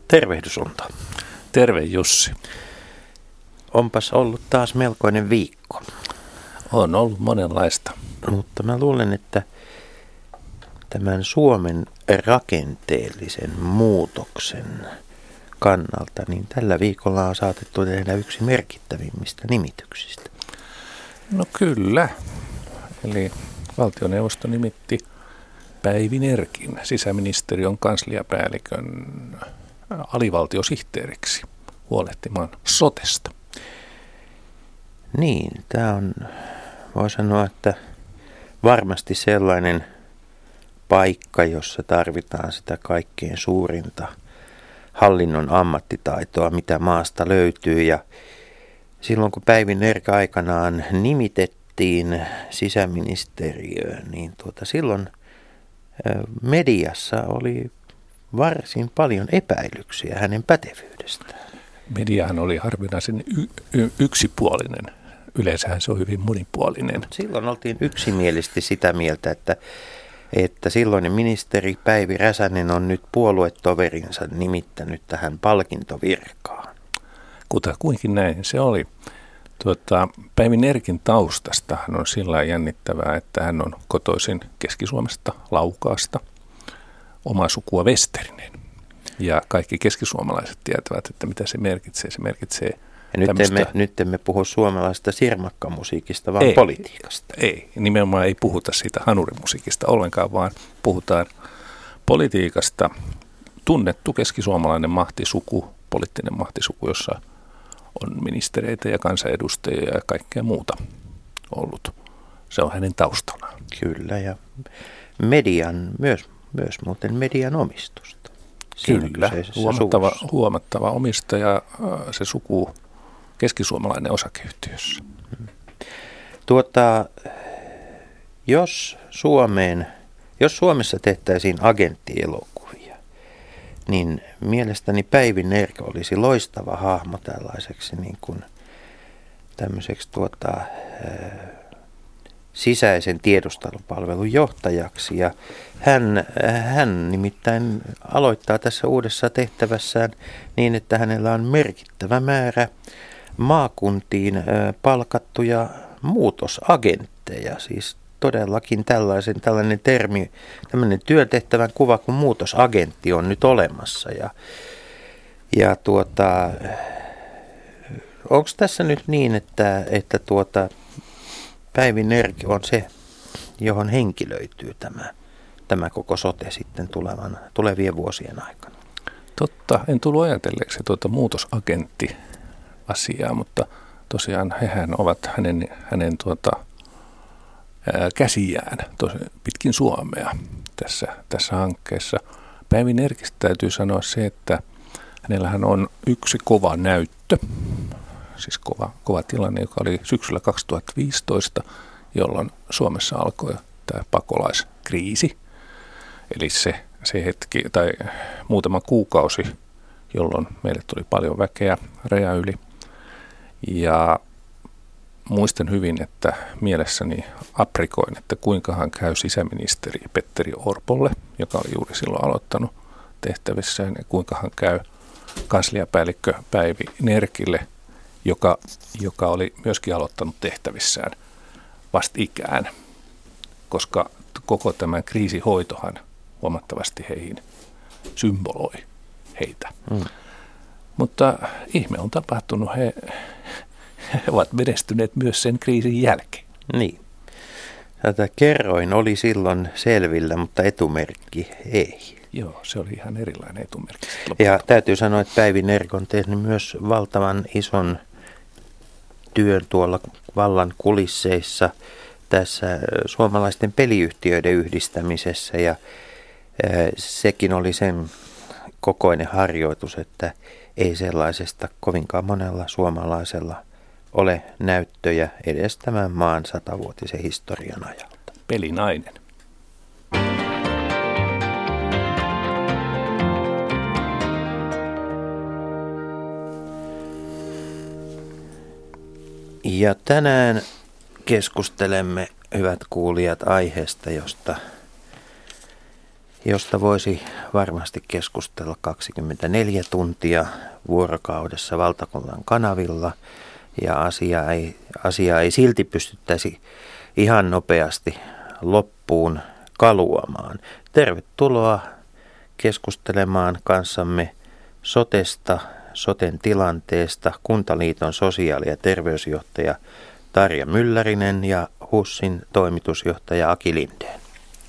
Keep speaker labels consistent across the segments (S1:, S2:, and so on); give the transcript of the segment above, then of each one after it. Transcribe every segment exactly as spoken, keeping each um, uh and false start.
S1: Tervehdys Unto.
S2: Terve Jussi.
S1: Onpas ollut taas melkoinen viikko.
S2: On ollut monenlaista.
S1: Mutta mä luulen, että tämän Suomen rakenteellisen muutoksen kannalta, niin tällä viikolla on saatettu tehdä yksi merkittävimmistä nimityksistä.
S2: No kyllä. Eli valtioneuvosto nimitti Päivi Nerkin sisäministeriön kansliapäällikön alivaltiosihteeriksi huolehtimaan sotesta.
S1: Niin, tämä on, voi sanoa, että varmasti sellainen paikka, jossa tarvitaan sitä kaikkein suurinta hallinnon ammattitaitoa, mitä maasta löytyy. Ja silloin kun Päivi Nerk aikanaan nimitettiin sisäministeriöön, niin tuota, silloin mediassa oli varsin paljon epäilyksiä hänen pätevyydestään.
S2: Mediahan oli harvinaisen y- y- yksipuolinen. Yleensähän se on hyvin monipuolinen.
S1: Silloin oltiin yksimielisesti sitä mieltä, että, että silloinen ministeri Päivi Räsänen on nyt puoluetoverinsa nimittänyt tähän palkintovirkaan.
S2: Kutakuinkin näin se oli. Tuota, Päivi Nerkin taustasta hän on sillä jännittävää, että hän on kotoisin Keski-Suomesta, Laukaasta, omaa sukua Westerinen. Ja kaikki keskisuomalaiset tietävät, että mitä se merkitsee. Se merkitsee
S1: ja nyt,
S2: tämmöistä...
S1: emme, nyt emme puhu suomalaisesta sirmakkamusiikista, vaan
S2: ei,
S1: politiikasta.
S2: Ei, nimenomaan ei puhuta siitä hanurimusiikista ollenkaan, vaan puhutaan politiikasta. Tunnettu keskisuomalainen mahtisuku, poliittinen mahtisuku, jossa on ministereitä ja kansanedustajia ja kaikkea muuta ollut. Se on hänen taustallaan.
S1: Kyllä, ja median, myös, myös muuten median omistusta.
S2: Kyllä, huomattava, huomattava omistaja, se suku keskisuomalainen osakeyhtiössä.
S1: Tuota, jos, Suomeen, jos Suomessa tehtäisiin agenttielokuvia, niin mielestäni Päivi Nerk olisi loistava hahmo tällaiseksi niin kuin tämmöiseksi tuota, sisäisen tiedustelupalvelun johtajaksi. Ja hän, hän nimittäin aloittaa tässä uudessa tehtävässään niin, että hänellä on merkittävä määrä maakuntiin palkattuja muutosagentteja. Siis todellakin tällaisen, tällainen termi, tämmöinen työtehtävän kuva kuin muutosagentti on nyt olemassa. Ja, ja tuota, onko tässä nyt niin, että, että tuota, Päivi Nerk on se, johon henkilöityy tämä, tämä koko sote sitten tulevan, tulevien vuosien aikana?
S2: Totta, en tullut ajatelleeksi tuota muutosagentti-asiaa, mutta tosiaan hehän ovat hänen, hänen tuota, ää, käsiään tosi pitkin Suomea tässä, tässä hankkeessa. Päivi Nerkistä täytyy sanoa se, että hänellähän on yksi kova näyttö. Siis kova, kova tilanne, joka oli syksyllä kaksituhattaviisitoista, jolloin Suomessa alkoi tämä pakolaiskriisi. Eli se, se hetki tai muutama kuukausi, jolloin meille tuli paljon väkeä raja yli. Ja muistan hyvin, että mielessäni aprikoin, että kuinkahan käy sisäministeri Petteri Orpolle, joka oli juuri silloin aloittanut tehtävissään, ja kuinkahan käy kansliapäällikkö Päivi Nerkille, Joka, joka oli myöskin aloittanut tehtävissään vastikään, koska koko tämän kriisihoitohan huomattavasti heihin symboloi heitä. Mm. Mutta ihme on tapahtunut, he, he ovat menestyneet myös sen kriisin jälkeen.
S1: Niin. Tätä kerroin oli silloin selvillä, mutta etumerkki ei.
S2: Joo, se oli ihan erilainen etumerkki.
S1: Ja täytyy sanoa, että Päivi Nerk on tehnyt myös valtavan ison työn tuolla vallan kulisseissa tässä suomalaisten peliyhtiöiden yhdistämisessä, ja sekin oli sen kokoinen harjoitus, että ei sellaisesta kovinkaan monella suomalaisella ole näyttöjä edes tämän maan satavuotisen historian ajalta.
S2: Pelinainen.
S1: Ja tänään keskustelemme, hyvät kuulijat, aiheesta, josta josta voisi varmasti keskustella kaksikymmentäneljä tuntia vuorokaudessa valtakunnan kanavilla, ja asia ei, asia ei silti pystyttäisi ihan nopeasti loppuun kaluamaan. Tervetuloa keskustelemaan kanssamme sotesta, soten tilanteesta, Kuntaliiton sosiaali- ja terveysjohtaja Tarja Myllärinen ja HUSin toimitusjohtaja Aki Lindén.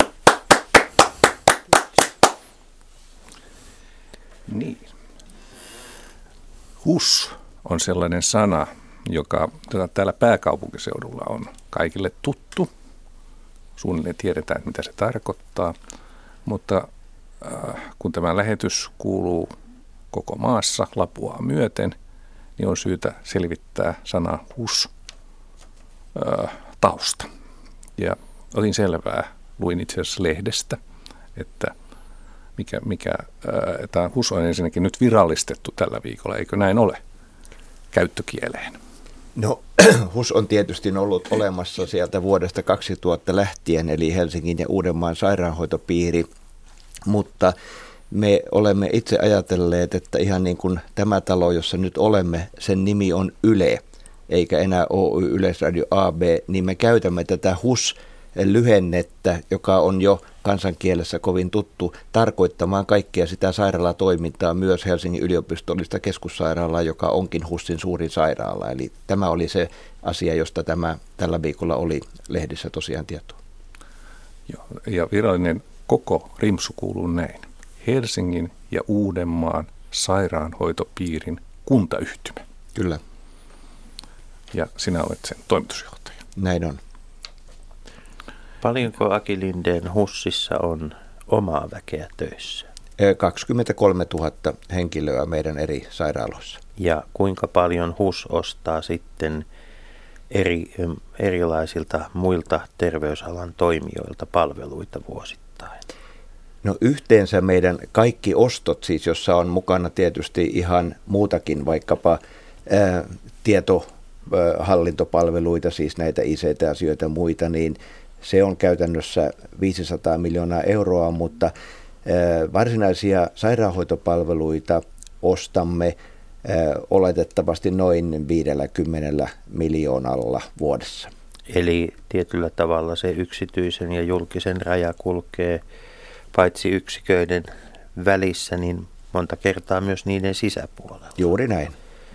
S2: Niin. HUS on sellainen sana, joka täällä pääkaupunkiseudulla on kaikille tuttu. Suunnilleen tiedetään, mitä se tarkoittaa, mutta äh, kun tämä lähetys kuuluu koko maassa Lapuaa myöten, niin on syytä selvittää sana HUS äh, tausta. Ja otin selvää, luin itse asiassa lehdestä, että mikä, mikä äh, tämä HUS on ensinnäkin nyt virallistettu tällä viikolla, eikö näin ole, käyttökieleen?
S3: No, HUS on tietysti ollut olemassa sieltä vuodesta kaksituhatta lähtien, eli Helsingin ja Uudenmaan sairaanhoitopiiri, mutta me olemme itse ajatelleet, että ihan niin kuin tämä talo, jossa nyt olemme, sen nimi on Yle, eikä enää Oy Yleisradio A B, niin me käytämme tätä HUS-lyhennettä, joka on jo kansankielessä kovin tuttu, tarkoittamaan kaikkea sitä sairaalatoimintaa, myös Helsingin yliopistollista keskussairaalaa, joka onkin HUSin suurin sairaala. Eli tämä oli se asia, josta tämä tällä viikolla oli lehdissä tosiaan tietoa.
S2: Joo, ja virallinen koko rimsu kuuluu näin. Helsingin ja Uudenmaan sairaanhoitopiirin kuntayhtymä.
S3: Kyllä.
S2: Ja sinä olet sen toimitusjohtaja.
S3: Näin on.
S1: Paljonko Aki Lindén HUSissa on omaa väkeä töissä?
S3: kaksikymmentäkolmetuhatta henkilöä meidän eri sairaaloissa.
S1: Ja kuinka paljon HUS ostaa sitten eri, erilaisilta muilta terveysalan toimijoilta palveluita vuosittain?
S3: No yhteensä meidän kaikki ostot, siis jossa on mukana tietysti ihan muutakin, vaikkapa ää, tietohallintopalveluita, siis näitä I C T-asioita ja muita, niin se on käytännössä viisisataa miljoonaa euroa, mutta ää, varsinaisia sairaanhoitopalveluita ostamme ää, oletettavasti noin viidelläkymmenellä miljoonalla vuodessa.
S1: Eli tietyllä tavalla se yksityisen ja julkisen raja kulkee paitsi yksiköiden välissä, niin monta kertaa myös niiden sisäpuolella.
S3: Juuri näin.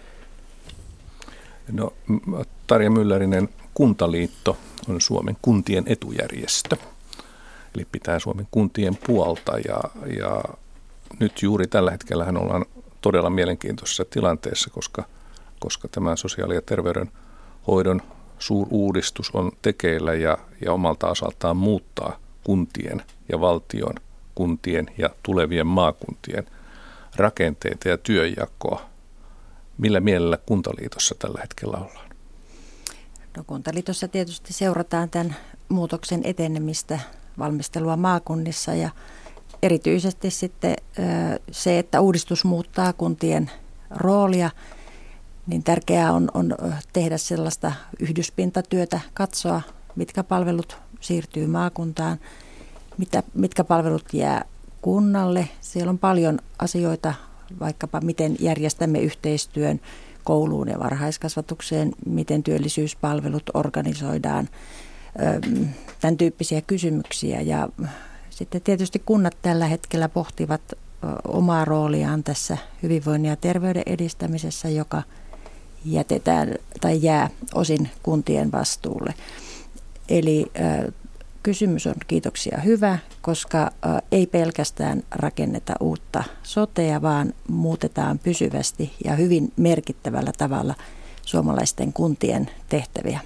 S2: No, Tarja Myllärinen, Kuntaliitto on Suomen kuntien etujärjestö, eli pitää Suomen kuntien puolta, ja, ja nyt juuri tällä hetkellähän ollaan todella mielenkiintoisessa tilanteessa, koska, koska tämä sosiaali- ja terveydenhoidon suuruudistus on tekeillä ja, ja omalta osaltaan muuttaa kuntien ja valtion, kuntien ja tulevien maakuntien rakenteita ja työnjakoa. Millä mielellä Kuntaliitossa tällä hetkellä ollaan?
S4: No, Kuntaliitossa tietysti seurataan tämän muutoksen etenemistä, valmistelua maakunnissa ja erityisesti sitten se, että uudistus muuttaa kuntien roolia, niin tärkeää on, on tehdä sellaista yhdyspintatyötä, katsoa mitkä palvelut siirtyy maakuntaan, mitä, mitkä palvelut jää kunnalle. Siellä on paljon asioita, vaikkapa miten järjestämme yhteistyön kouluun ja varhaiskasvatukseen, miten työllisyyspalvelut organisoidaan, tämän tyyppisiä kysymyksiä. Ja sitten tietysti kunnat tällä hetkellä pohtivat omaa rooliaan tässä hyvinvoinnin ja terveyden edistämisessä, joka jätetään tai jää osin kuntien vastuulle. Eli kysymys on kiitoksia hyvä, koska ei pelkästään rakenneta uutta sotea, vaan muutetaan pysyvästi ja hyvin merkittävällä tavalla suomalaisten kuntien tehtäviä.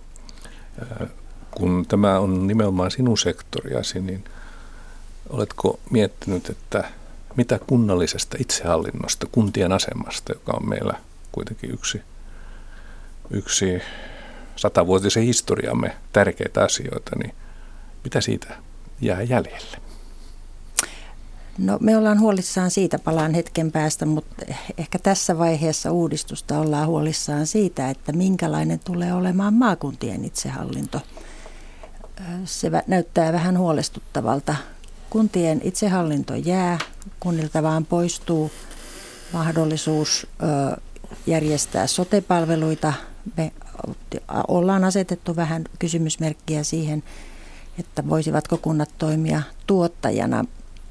S2: Kun tämä on nimenomaan sinun sektoriasi, niin oletko miettinyt, että mitä kunnallisesta itsehallinnosta, kuntien asemasta, joka on meillä kuitenkin yksi, yksi satavuotisen historiamme tärkeitä asioita, niin mitä siitä jää jäljelle?
S4: No, me ollaan huolissaan siitä, palaan hetken päästä, mutta ehkä tässä vaiheessa uudistusta ollaan huolissaan siitä, että minkälainen tulee olemaan maakuntien itsehallinto. Se näyttää vähän huolestuttavalta, kuntien itsehallinto jää, kunnilta vaan poistuu mahdollisuus ö, järjestää sote-palveluita. Me ollaan asetettu vähän kysymysmerkkiä siihen, että voisivatko kunnat toimia tuottajana.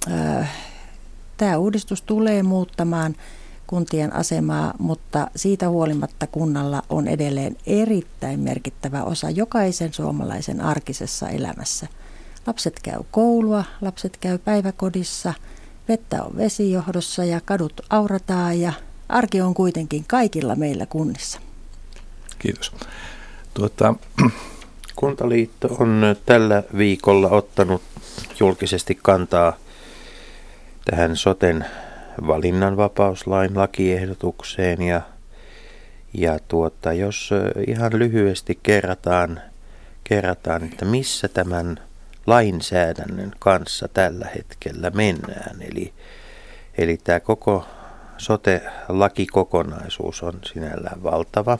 S4: Tämä uudistus tulee muuttamaan kuntien asemaa, mutta siitä huolimatta kunnalla on edelleen erittäin merkittävä osa jokaisen suomalaisen arkisessa elämässä. Lapset käy koulua, lapset käy päiväkodissa, vettä on vesijohdossa ja kadut aurataan ja arki on kuitenkin kaikilla meillä kunnissa.
S2: Kiitos. Tuota,
S1: Kuntaliitto on tällä viikolla ottanut julkisesti kantaa tähän soten valinnanvapauslain lakiehdotukseen ja, ja tuota, jos ihan lyhyesti kerrataan, kerrataan, että missä tämän lainsäädännön kanssa tällä hetkellä mennään. Eli, eli tämä koko sote-lakikokonaisuus on sinällään valtava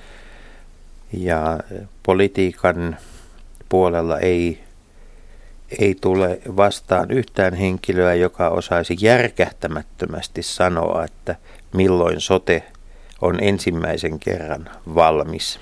S1: ja politiikan puolella ei, ei tule vastaan yhtään henkilöä, joka osaisi järkähtämättömästi sanoa, että milloin sote on ensimmäisen kerran valmis.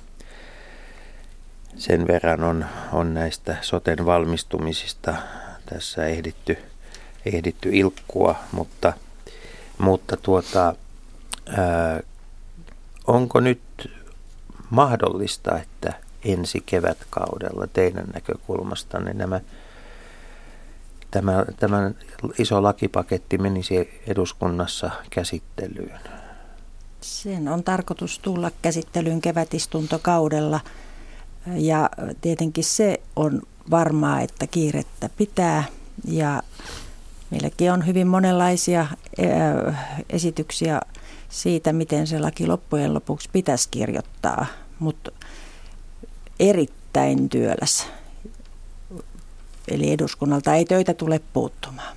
S1: Sen verran on, on näistä soten valmistumisista tässä ehditty, ehditty ilkkua, mutta, mutta tuota, ää, onko nyt mahdollista, että ensi kevätkaudella teidän näkökulmastanne nämä, tämä, tämä iso lakipaketti menisi eduskunnassa käsittelyyn?
S4: Sen on tarkoitus tulla käsittelyyn kevätistuntokaudella ja tietenkin se on varmaa, että kiirettä pitää ja meilläkin on hyvin monenlaisia esityksiä siitä, miten se laki loppujen lopuksi pitäisi kirjoittaa, mutta erittäin työläs. Eli eduskunnalta ei töitä tule puuttumaan.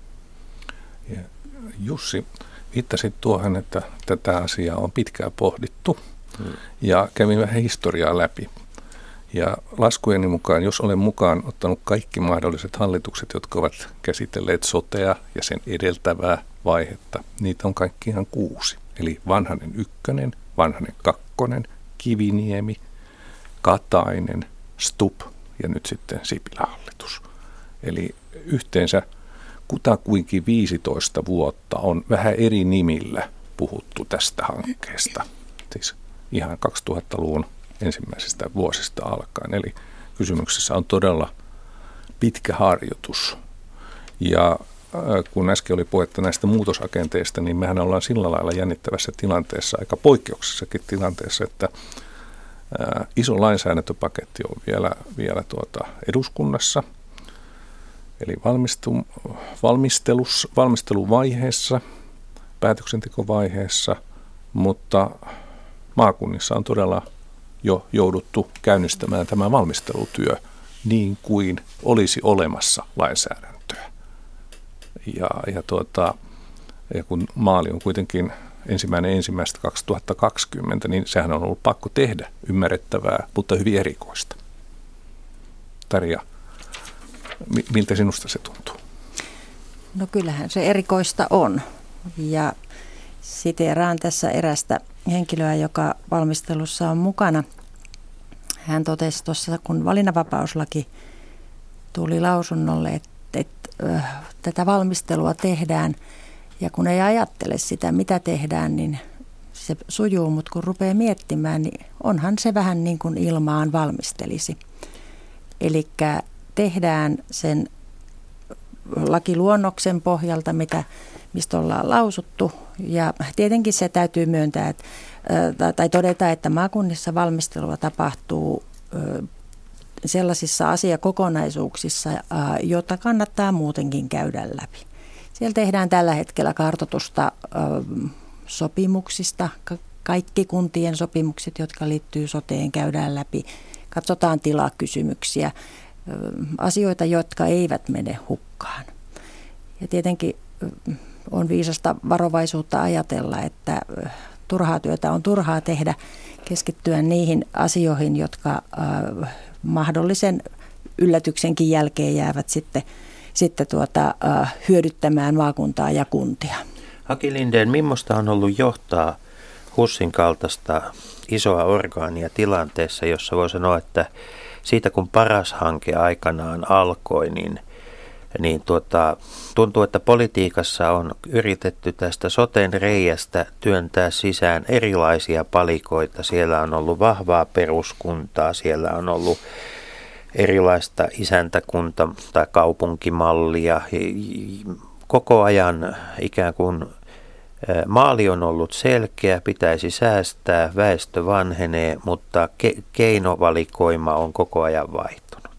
S2: Ja Jussi, viittasit tuohon, että tätä asiaa on pitkään pohdittu hmm. ja kävin vähän historiaa läpi. Ja laskujeni mukaan, jos olen mukaan ottanut kaikki mahdolliset hallitukset, jotka ovat käsitelleet sotea ja sen edeltävää vaihetta, niitä on kaikkiaan kuusi. Eli Vanhanen ykkönen, Vanhanen kakkonen, Kiviniemi, Katainen, Stubb ja nyt sitten Sipilän hallitus. Eli yhteensä kutakuinkin viisitoista vuotta on vähän eri nimillä puhuttu tästä hankkeesta. Siis ihan kaksituhattaluvun ensimmäisestä vuosista alkaen. Eli kysymyksessä on todella pitkä harjoitus. Ja kun äsken oli puhetta näistä muutosagenteista, niin mehän ollaan sillä lailla jännittävässä tilanteessa, aika poikkeuksessakin tilanteessa, että ää, iso lainsäädäntöpaketti on vielä, vielä tuota eduskunnassa, eli valmistu, valmistelus, valmisteluvaiheessa, päätöksentekovaiheessa, mutta maakunnissa on todella jo jouduttu käynnistämään tämä valmistelutyö niin kuin olisi olemassa lainsäädäntöä. Ja, ja, tuota, ja kun maali on kuitenkin ensimmäinen ensimmäistä kaksituhattakaksikymmentä, niin sehän on ollut pakko tehdä ymmärrettävää, mutta hyvin erikoista. Tarja, miltä sinusta se tuntuu?
S4: No kyllähän se erikoista on. Ja siteeraan tässä erästä henkilöä, joka valmistelussa on mukana. Hän totesi tuossa, kun valinnanvapauslaki tuli lausunnolle, että, että äh, tätä valmistelua tehdään ja kun ei ajattele sitä, mitä tehdään, niin se sujuu, mutta kun rupeaa miettimään, niin onhan se vähän niin kuin ilmaan valmistelisi. Eli tehdään sen lakiluonnoksen pohjalta, mitä, mistä ollaan lausuttu. Ja tietenkin se täytyy myöntää että, tai todeta, että maakunnissa valmistelua tapahtuu sellaisissa asiakokonaisuuksissa, jota kannattaa muutenkin käydä läpi. Siellä tehdään tällä hetkellä kartoitusta sopimuksista. Kaikki kuntien sopimukset, jotka liittyy soteen, käydään läpi. Katsotaan tilakysymyksiä, asioita, jotka eivät mene hukkaan. Ja tietenkin on viisasta varovaisuutta ajatella, että turhaa työtä on turhaa tehdä, keskittyä niihin asioihin, jotka mahdollisen yllätyksenkin jälkeen jäävät sitten sitten tuota, hyödyttämään maakuntaa ja kuntia.
S1: Aki Lindén, millaista on ollut johtaa HUSin kaltaista isoa orgaania tilanteessa, jossa voi sanoa, että siitä kun Paras-hanke aikanaan alkoi, niin, niin tuota, tuntuu, että politiikassa on yritetty tästä soten reiästä työntää sisään erilaisia palikoita. Siellä on ollut vahvaa peruskuntaa, siellä on ollut erilaista isäntäkunta- tai kaupunkimallia. Koko ajan ikään kuin maali on ollut selkeä, pitäisi säästää, väestö vanhenee, mutta ke- keinovalikoima on koko ajan vaihtunut.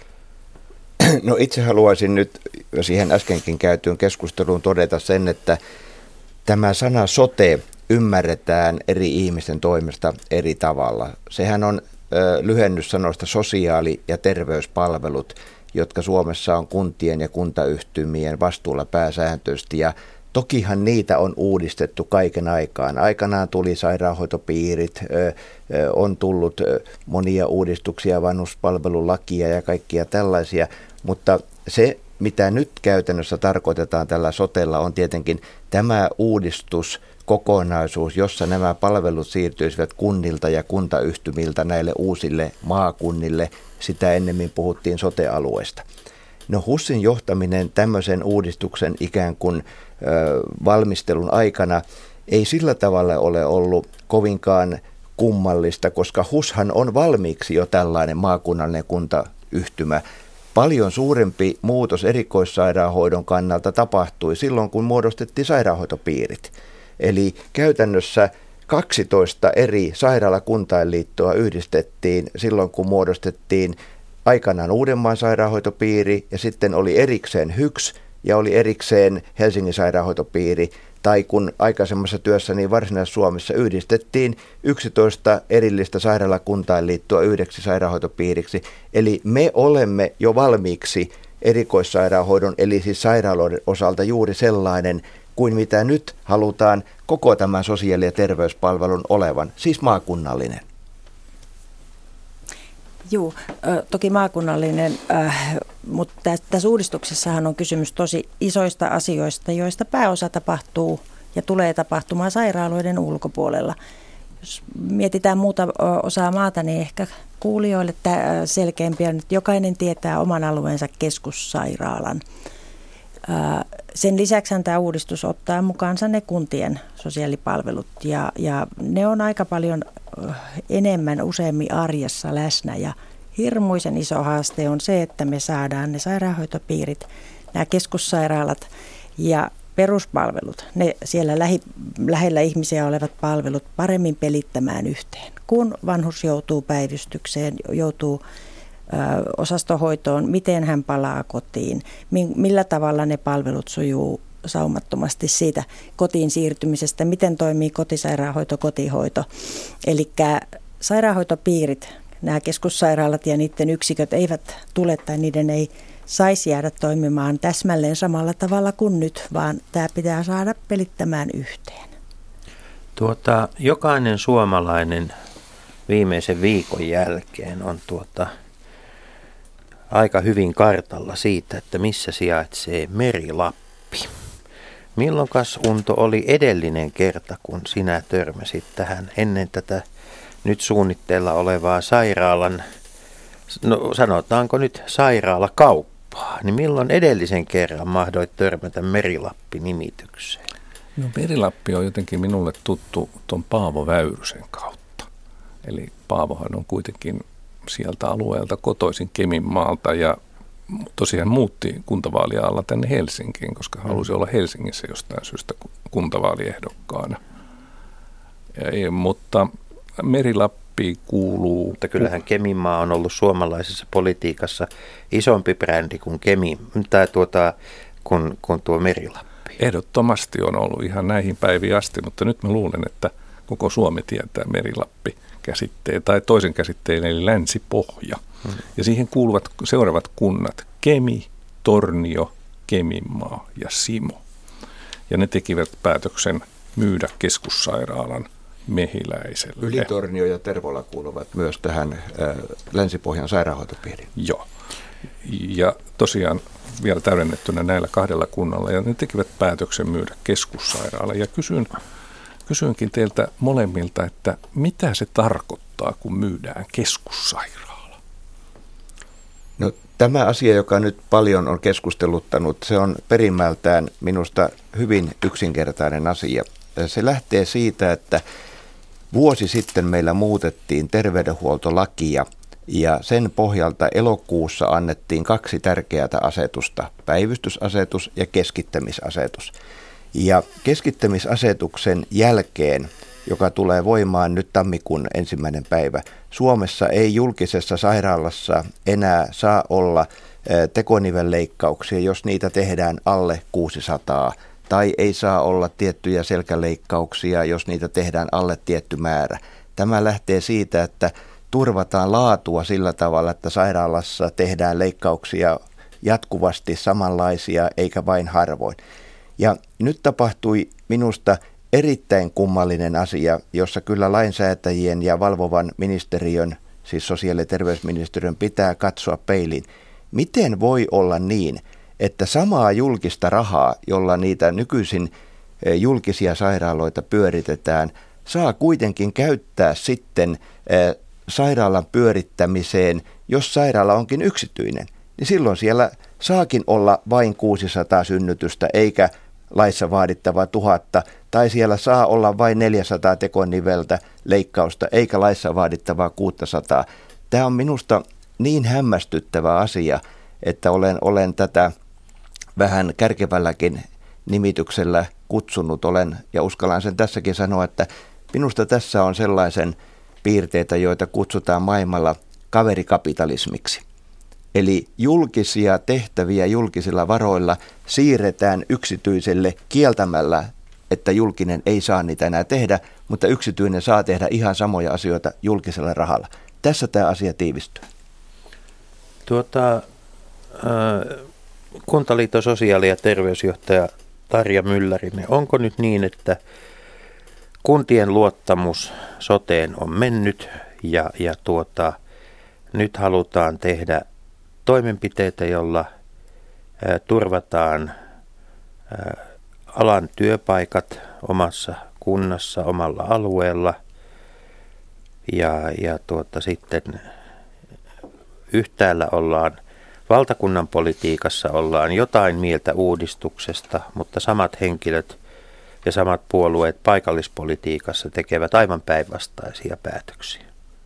S3: No itse haluaisin nyt siihen äskenkin käytyyn keskusteluun todeta sen, että tämä sana sote ymmärretään eri ihmisten toimesta eri tavalla. Sehän on ö, lyhennys sanoista sosiaali- ja terveyspalvelut, jotka Suomessa on kuntien ja kuntayhtymien vastuulla pääsääntöisesti, ja tokihan niitä on uudistettu kaiken aikaan. Aikanaan tuli sairaanhoitopiirit, on tullut monia uudistuksia, vanhuspalvelulakia ja kaikkia tällaisia, mutta se, mitä nyt käytännössä tarkoitetaan tällä sotella, on tietenkin tämä uudistuskokonaisuus, jossa nämä palvelut siirtyisivät kunnilta ja kuntayhtymiltä näille uusille maakunnille. Sitä ennemmin puhuttiin sote-alueesta. No HUSin johtaminen tämmöisen uudistuksen ikään kuin ö, valmistelun aikana ei sillä tavalla ole ollut kovinkaan kummallista, koska HUShan on valmiiksi jo tällainen maakunnallinen kuntayhtymä. Paljon suurempi muutos erikoissairaanhoidon kannalta tapahtui silloin, kun muodostettiin sairaanhoitopiirit. Eli käytännössä kaksitoista eri sairaalakuntainliittoa yhdistettiin silloin, kun muodostettiin aikanaan Uudenmaan sairaanhoitopiiri ja sitten oli erikseen HYKS ja oli erikseen Helsingin sairaanhoitopiiri. Tai kun aikaisemmassa työssäni Varsinais-Suomessa yhdistettiin yksitoista erillistä sairaalakuntainliittoa yhdeksi sairaanhoitopiiriksi. Eli me olemme jo valmiiksi erikoissairaanhoidon, eli siis sairaaloiden osalta juuri sellainen kuin mitä nyt halutaan koko tämän sosiaali- ja terveyspalvelun olevan, siis maakunnallinen.
S4: Joo, toki maakunnallinen, äh, mutta tässä uudistuksessahan on kysymys tosi isoista asioista, joista pääosa tapahtuu ja tulee tapahtumaan sairaaloiden ulkopuolella. Jos mietitään muuta osaa maata, niin ehkä kuulijoille tämä selkeämpiä, että jokainen tietää oman alueensa keskussairaalan. Äh, sen lisäksi tämä uudistus ottaa mukaansa ne kuntien sosiaalipalvelut ja, ja ne on aika paljon enemmän useammin arjessa läsnä ja hirmuisen iso haaste on se, että me saadaan ne sairaanhoitopiirit, nämä keskussairaalat ja peruspalvelut, ne siellä lähi, lähellä ihmisiä olevat palvelut paremmin pelittämään yhteen. Kun vanhus joutuu päivystykseen, joutuu ö, osastohoitoon, miten hän palaa kotiin, millä tavalla ne palvelut sujuu saumattomasti siitä kotiin siirtymisestä, miten toimii kotisairaanhoito, kotihoito. Eli sairaanhoitopiirit, nämä keskussairaalat ja niiden yksiköt eivät tule tai niiden ei saisi jäädä toimimaan täsmälleen samalla tavalla kuin nyt, vaan tämä pitää saada pelittämään yhteen.
S1: Tuota, jokainen suomalainen viimeisen viikon jälkeen on tuota, aika hyvin kartalla siitä, että missä sijaitsee Meri-Lappi. Milloinkas, Unto, oli edellinen kerta, kun sinä törmäsit tähän ennen tätä nyt suunnitteilla olevaa sairaalan, no sanotaanko nyt sairaalakauppaa, niin milloin edellisen kerran mahdoit törmätä Meri-Lappi-nimitykseen?
S2: No Meri-Lappi on jotenkin minulle tuttu tuon Paavo Väyrysen kautta. Eli Paavohan on kuitenkin sieltä alueelta kotoisin Keminmaalta ja tosiaan muutti kuntavaalien alla tänne Helsinkiin, koska halusi olla Helsingissä jostain syystä kuntavaaliehdokkaana. Ja, mutta Meri-Lappi kuuluu...
S1: Mutta kyllähän Keminmaa on ollut suomalaisessa politiikassa isompi brändi kuin, Kemi, tai tuota, kuin, kuin tuo Meri-Lappi.
S2: Ehdottomasti on ollut ihan näihin päiviin asti, mutta nyt mä luulen, että koko Suomi tietää Meri-Lappi-käsitteen tai toisen käsitteen eli Länsi-Pohja. Hmm. Ja siihen kuuluvat seuraavat kunnat: Kemi, Tornio, Keminmaa ja Simo. Ja ne tekivät päätöksen myydä keskussairaalan Mehiläiselle.
S3: Ylitornio ja Tervola kuuluvat myös tähän äh, Länsi-Pohjan sairaanhoitopiiriin.
S2: Joo. Ja tosiaan vielä täydennettynä näillä kahdella kunnalla, ja ne tekivät päätöksen myydä keskussairaala. Ja kysyn, kysynkin teiltä molemmilta, että mitä se tarkoittaa, kun myydään keskussairaala?
S3: No, tämä asia, joka nyt paljon on keskusteluttanut, se on perimmältään minusta hyvin yksinkertainen asia. Se lähtee siitä, että vuosi sitten meillä muutettiin terveydenhuoltolakia ja sen pohjalta elokuussa annettiin kaksi tärkeää asetusta, päivystysasetus ja keskittämisasetus. Ja keskittämisasetuksen jälkeen, joka tulee voimaan nyt tammikuun ensimmäinen päivä, Suomessa ei julkisessa sairaalassa enää saa olla tekonivelleikkauksia, jos niitä tehdään alle kuusisataa. Tai ei saa olla tiettyjä selkäleikkauksia, jos niitä tehdään alle tietty määrä. Tämä lähtee siitä, että turvataan laatua sillä tavalla, että sairaalassa tehdään leikkauksia jatkuvasti samanlaisia, eikä vain harvoin. Ja nyt tapahtui minusta erittäin kummallinen asia, jossa kyllä lainsäätäjien ja valvovan ministeriön, siis sosiaali- ja terveysministeriön, pitää katsoa peiliin. Miten voi olla niin, että samaa julkista rahaa, jolla niitä nykyisin julkisia sairaaloita pyöritetään, saa kuitenkin käyttää sitten sairaalan pyörittämiseen, jos sairaala onkin yksityinen. Niin silloin siellä saakin olla vain kuusisataa synnytystä eikä laissa vaadittavaa tuhatta, tai siellä saa olla vain neljäsataa tekoniveltä leikkausta eikä laissa vaadittavaa kuusisataa. Tämä on minusta niin hämmästyttävä asia, että olen, olen tätä vähän kärkevälläkin nimityksellä kutsunut olen, ja uskallan sen tässäkin sanoa, että minusta tässä on sellaisen piirteitä, joita kutsutaan maailmalla kaverikapitalismiksi. Eli julkisia tehtäviä julkisilla varoilla siirretään yksityiselle kieltämällä, että julkinen ei saa niitä enää tehdä, mutta yksityinen saa tehdä ihan samoja asioita julkisella rahalla. Tässä tämä asia tiivistyy.
S1: Tuota, äh, Kuntaliiton sosiaali- ja terveysjohtaja Tarja Myllärinen, onko nyt niin, että kuntien luottamus soteen on mennyt ja, ja tuota, nyt halutaan tehdä toimenpiteitä, jolla ää, turvataan ää, alan työpaikat omassa kunnassa, omalla alueella ja, ja tuota, sitten yhtäällä ollaan valtakunnan politiikassa ollaan jotain mieltä uudistuksesta, mutta samat henkilöt ja samat puolueet paikallispolitiikassa tekevät aivan päinvastaisia päätöksiä.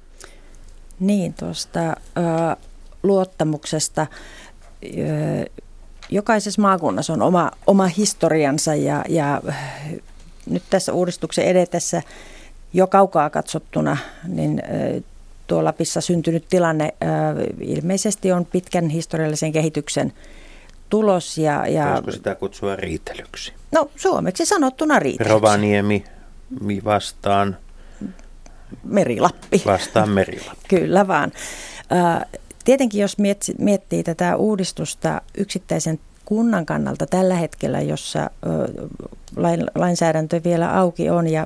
S4: Niin, tuosta ö, luottamuksesta. Ö, jokaisessa maakunnassa on oma, oma historiansa ja, ja nyt tässä uudistuksen edetessä jo kaukaa katsottuna, niin ö, tuo Lapissa syntynyt tilanne ö, ilmeisesti on pitkän historiallisen kehityksen tulos. Ja, ja
S1: voisiko sitä kutsua riitelyksi?
S4: No suomeksi sanottuna riitelyksi.
S1: Rovaniemi vastaan
S4: Merilappi.
S1: Vastaan Merilappi.
S4: Kyllä vaan. Tietenkin jos miettii tätä uudistusta yksittäisen kunnan kannalta tällä hetkellä, jossa lainsäädäntö vielä auki on, ja,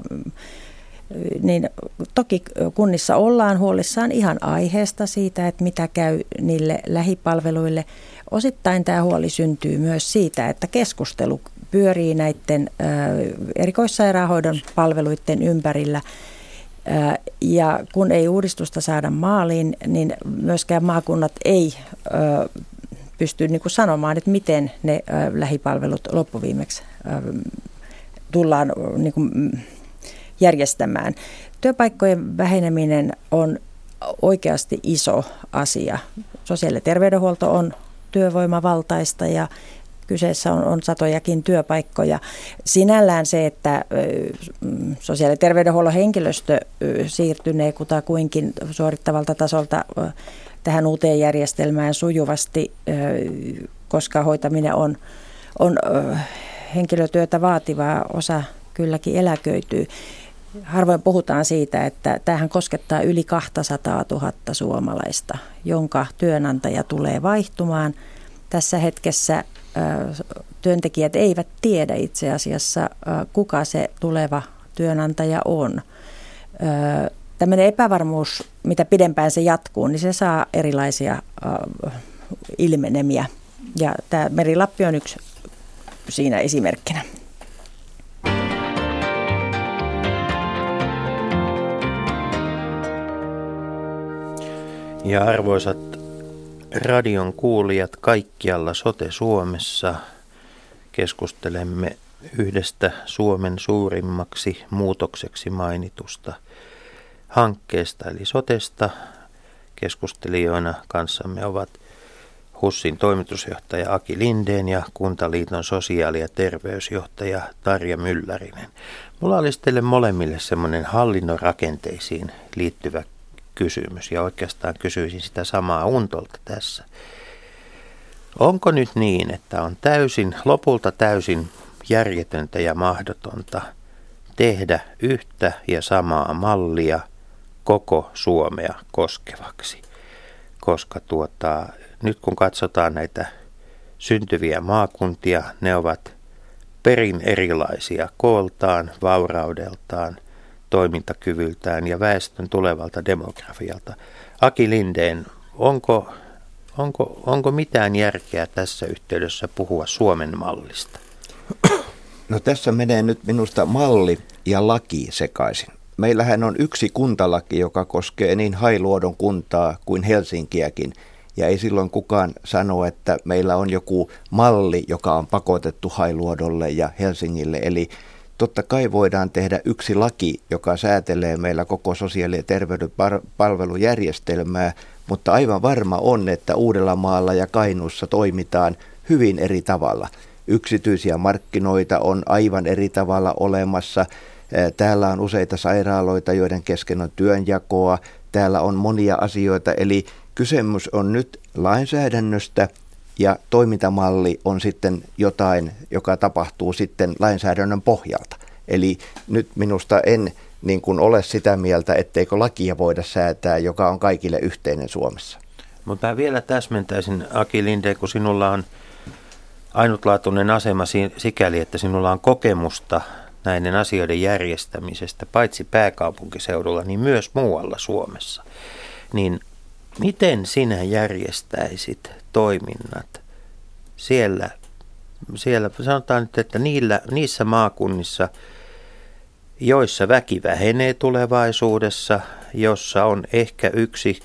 S4: niin toki kunnissa ollaan huolissaan ihan aiheesta siitä, että mitä käy niille lähipalveluille. Osittain tämä huoli syntyy myös siitä, että keskustelu pyörii näiden erikoissairaanhoidon palveluiden ympärillä. Ja kun ei uudistusta saada maaliin, niin myöskään maakunnat ei ö, pysty niin kuin sanomaan, että miten ne ö, lähipalvelut loppuviimeksi ö, tullaan niin kuin järjestämään. Työpaikkojen väheneminen on oikeasti iso asia. Sosiaali- ja terveydenhuolto on työvoimavaltaista ja kyseessä on, on satojakin työpaikkoja. Sinällään se, että sosiaali- ja terveydenhuollon henkilöstö siirtynee kutakuinkin suorittavalta tasolta tähän uuteen järjestelmään sujuvasti, koska hoitaminen on, on henkilötyötä vaativaa, osa kylläkin eläköityy. Harvoin puhutaan siitä, että tämähän koskettaa yli kaksisataatuhatta suomalaista, jonka työnantaja tulee vaihtumaan. Tässä hetkessä työntekijät eivät tiedä itse asiassa, kuka se tuleva työnantaja on. Tämmöinen epävarmuus, mitä pidempään se jatkuu, niin se saa erilaisia ilmenemiä Ja tämä Meri-Lappi on yksi siinä esimerkkinä.
S1: Ja arvoisat radion kuulijat kaikkialla Sote-Suomessa, keskustelemme yhdestä Suomen suurimmaksi muutokseksi mainitusta hankkeesta eli Sotesta. Keskustelijoina kanssamme ovat HUSin toimitusjohtaja Aki Lindén ja Kuntaliiton sosiaali- ja terveysjohtaja Tarja Myllärinen. Mulla olisi teille molemmille semmoinen hallinnon rakenteisiin liittyvä kysymys ja oikeastaan kysyisin sitä samaa Untolta tässä. Onko nyt niin, että on täysin, lopulta täysin järjetöntä ja mahdotonta tehdä yhtä ja samaa mallia koko Suomea koskevaksi? Koska tuota, nyt kun katsotaan näitä syntyviä maakuntia, ne ovat perin erilaisia kooltaan, vauraudeltaan, toimintakyvyltään ja väestön tulevalta demografialta. Aki Lindén, onko, onko, onko mitään järkeä tässä yhteydessä puhua Suomen mallista?
S3: No tässä menee nyt minusta malli ja laki sekaisin. Meillähän on yksi kuntalaki, joka koskee niin Hailuodon kuntaa kuin Helsinkiäkin. Ja ei silloin kukaan sano, että meillä on joku malli, joka on pakotettu Hailuodolle ja Helsingille. Eli totta kai voidaan tehdä yksi laki, joka säätelee meillä koko sosiaali- ja terveyspalvelujärjestelmää, mutta aivan varma on, että Uudellamaalla ja Kainuussa toimitaan hyvin eri tavalla. Yksityisiä markkinoita on aivan eri tavalla olemassa. Täällä on useita sairaaloita, joiden kesken on työnjakoa. Täällä on monia asioita, eli kysymys on nyt lainsäädännöstä ja toimintamalli on sitten jotain, joka tapahtuu sitten lainsäädännön pohjalta. Eli nyt minusta en niin kuin ole sitä mieltä, etteikö lakia voida säätää, joka on kaikille yhteinen Suomessa.
S1: Mutta mä vielä täsmentäisin, Aki Lindén, kun sinulla on ainutlaatuinen asema sikäli, että sinulla on kokemusta näiden asioiden järjestämisestä, paitsi pääkaupunkiseudulla, niin myös muualla Suomessa. Niin miten sinä järjestäisit toiminnat siellä, siellä sanotaan nyt, että niillä, niissä maakunnissa, joissa väki vähenee tulevaisuudessa, jossa on ehkä yksi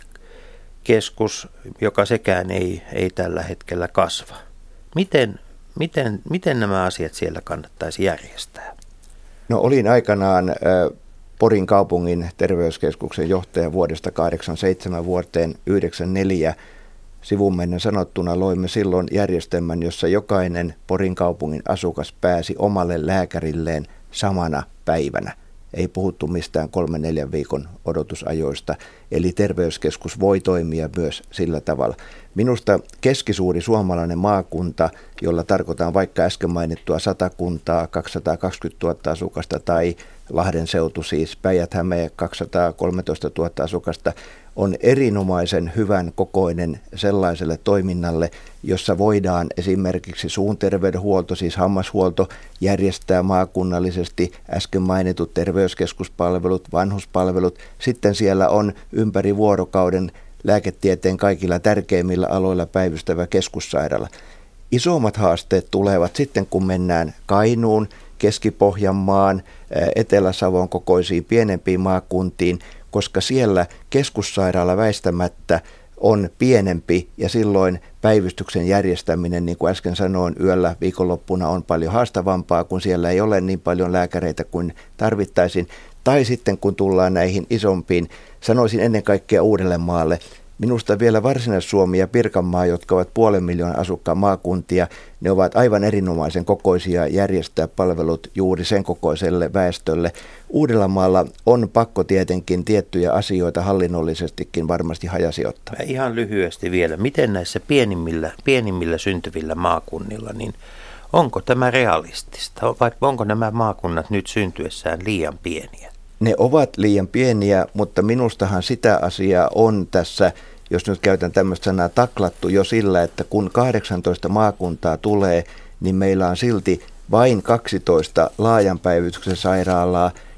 S1: keskus, joka sekään ei, ei tällä hetkellä kasva. Miten, miten, miten nämä asiat siellä kannattaisi järjestää?
S3: No olin aikanaan äh, Porin kaupungin terveyskeskuksen johtaja vuodesta kahdeksankymmentäseitsemän vuoteen yhdeksänkymmentäneljä. Sivumennen sanottuna loimme silloin järjestelmän, jossa jokainen Porin kaupungin asukas pääsi omalle lääkärilleen samana päivänä. Ei puhuttu mistään kolmen neljän viikon odotusajoista, eli terveyskeskus voi toimia myös sillä tavalla. Minusta keskisuuri suomalainen maakunta, jolla tarkoitan vaikka äsken mainittua Satakuntaa, kaksisataakaksikymmentätuhatta asukasta tai Lahden seutu siis Päijät-Häme kaksisataakolmetoistatuhatta asukasta, on erinomaisen hyvän kokoinen sellaiselle toiminnalle, jossa voidaan esimerkiksi suun terveydenhuolto, siis hammashuolto, järjestää maakunnallisesti, äsken mainitut terveyskeskuspalvelut, vanhuspalvelut. Sitten siellä on ympäri vuorokauden lääketieteen kaikilla tärkeimmillä aloilla päivystävä keskussairaala. Isommat haasteet tulevat sitten, kun mennään Kainuun, Keski-Pohjanmaan, Etelä-Savon kokoisiin pienempiin maakuntiin, koska siellä keskussairaala väistämättä on pienempi ja silloin päivystyksen järjestäminen, niin kuin äsken sanoin, yöllä viikonloppuna on paljon haastavampaa, kun siellä ei ole niin paljon lääkäreitä kuin tarvittaisiin. Tai sitten kun tullaan näihin isompiin, sanoisin ennen kaikkea Uudellemaalle, minusta vielä Varsinais-Suomi ja Pirkanmaa, jotka ovat puolen miljoonan asukkaan maakuntia, ne ovat aivan erinomaisen kokoisia järjestää palvelut juuri sen kokoiselle väestölle. Uudellamaalla on pakko tietenkin tiettyjä asioita hallinnollisestikin varmasti hajasijoittaa.
S1: Ihan lyhyesti vielä, miten näissä pienimmillä, pienimmillä syntyvillä maakunnilla, niin onko tämä realistista vai onko nämä maakunnat nyt syntyessään liian pieniä?
S3: Ne ovat liian pieniä, mutta minustahan sitä asiaa on tässä, jos nyt käytän tämmöistä sanaa, taklattu jo sillä, että kun kahdeksantoista maakuntaa tulee, niin meillä on silti vain kaksitoista laajan päivystyksen sairaalaa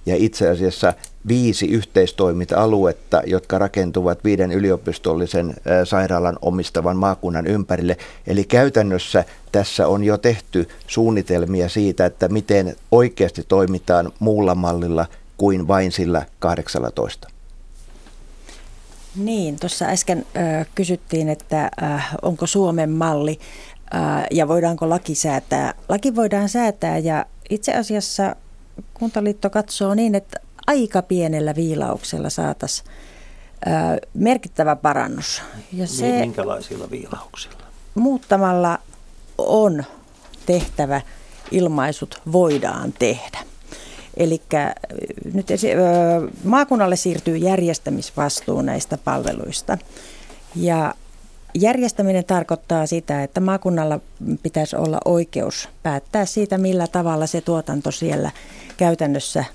S3: ja itse asiassa viisi yhteistoiminta-aluetta, jotka rakentuvat viiden yliopistollisen sairaalan omistavan maakunnan ympärille. Eli käytännössä tässä on jo tehty suunnitelmia siitä, että miten oikeasti toimitaan muulla mallilla kuin vain sillä kahdeksallatoista.
S4: Niin, tuossa äsken äh, kysyttiin, että äh, onko Suomen malli äh, ja voidaanko laki säätää. Laki voidaan säätää ja itse asiassa Kuntaliitto katsoo niin, että aika pienellä viilauksella saataisiin äh, merkittävä parannus. Ja se
S1: minkälaisilla viilauksilla?
S4: Muuttamalla on tehtävä ilmaisut voidaan tehdä. Eli nyt maakunnalle siirtyy järjestämisvastuu näistä palveluista. Ja järjestäminen tarkoittaa sitä, että maakunnalla pitäisi olla oikeus päättää siitä, millä tavalla se tuotanto siellä käytännössä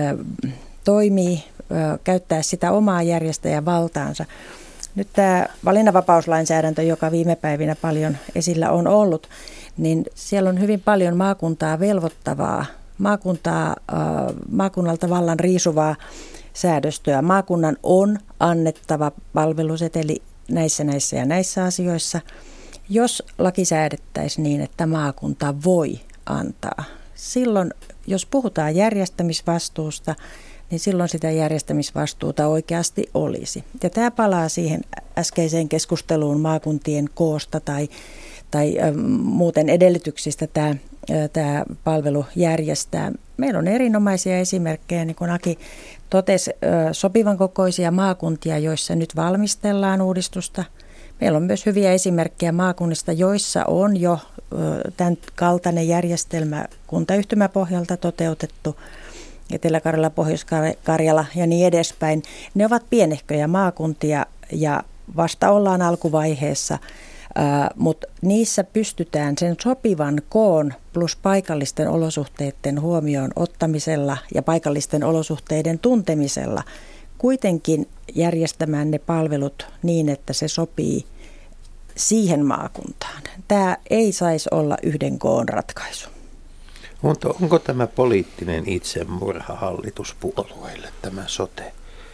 S4: toimii, käyttää sitä omaa järjestäjävaltaansa. Nyt tämä valinnanvapauslainsäädäntö, joka viime päivinä paljon esillä on ollut, niin siellä on hyvin paljon maakuntaa velvoittavaa, maakuntaa, maakunnalta vallan riisuvaa säädöstöä. Maakunnan on annettava palveluseteli näissä, näissä ja näissä asioissa, jos laki säädettäisiin niin, että maakunta voi antaa. Silloin, jos puhutaan järjestämisvastuusta, niin silloin sitä järjestämisvastuuta oikeasti olisi. Ja tämä palaa siihen äskeiseen keskusteluun maakuntien koosta tai, tai ä, muuten edellytyksistä tämä, ä, tämä palvelu järjestää. Meillä on erinomaisia esimerkkejä, niin kuin Aki totesi, ä, sopivan kokoisia maakuntia, joissa nyt valmistellaan uudistusta. Meillä on myös hyviä esimerkkejä maakunnista, joissa on jo ä, tämän kaltainen järjestelmä kuntayhtymäpohjalta toteutettu. Etelä-Karjala, Pohjois-Karjala ja niin edespäin. Ne ovat pienehköjä maakuntia ja vasta ollaan alkuvaiheessa, ää, mutta niissä pystytään sen sopivan koon plus paikallisten olosuhteiden huomioon ottamisella ja paikallisten olosuhteiden tuntemisella kuitenkin järjestämään ne palvelut niin, että se sopii siihen maakuntaan. Tämä ei saisi olla yhden koon ratkaisu.
S1: Onko tämä poliittinen itsemurha hallituspuolueille, tämä sote?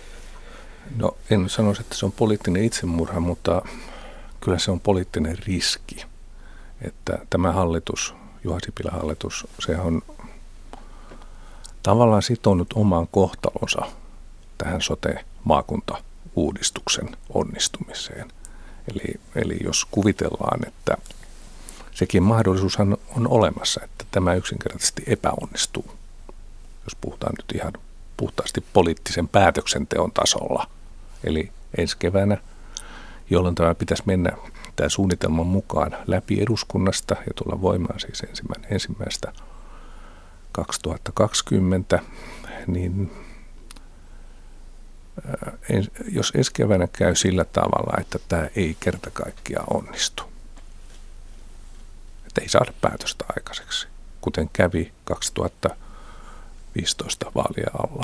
S2: No en sanoisi, että se on poliittinen itsemurha, mutta kyllä se on poliittinen riski, että tämä hallitus, Juha Sipilän hallitus, se on tavallaan sitonut oman kohtalonsa tähän sote-maakuntauudistuksen onnistumiseen. Eli, eli jos kuvitellaan, että sekin mahdollisuushan on olemassa, että tämä yksinkertaisesti epäonnistuu, jos puhutaan nyt ihan puhtaasti poliittisen päätöksenteon tasolla. Eli ensi keväänä, jolloin tämä pitäisi mennä tämä suunnitelman mukaan läpi eduskunnasta ja tulla voimaan siis ensimmäinen, ensimmäistä kaksituhattakaksikymmentä, niin ää, jos ensi keväänä käy sillä tavalla, että tämä ei kerta kaikkiaan onnistu, että ei saada päätöstä aikaiseksi, kuten kävi kaksituhattaviisitoista vaalien alla,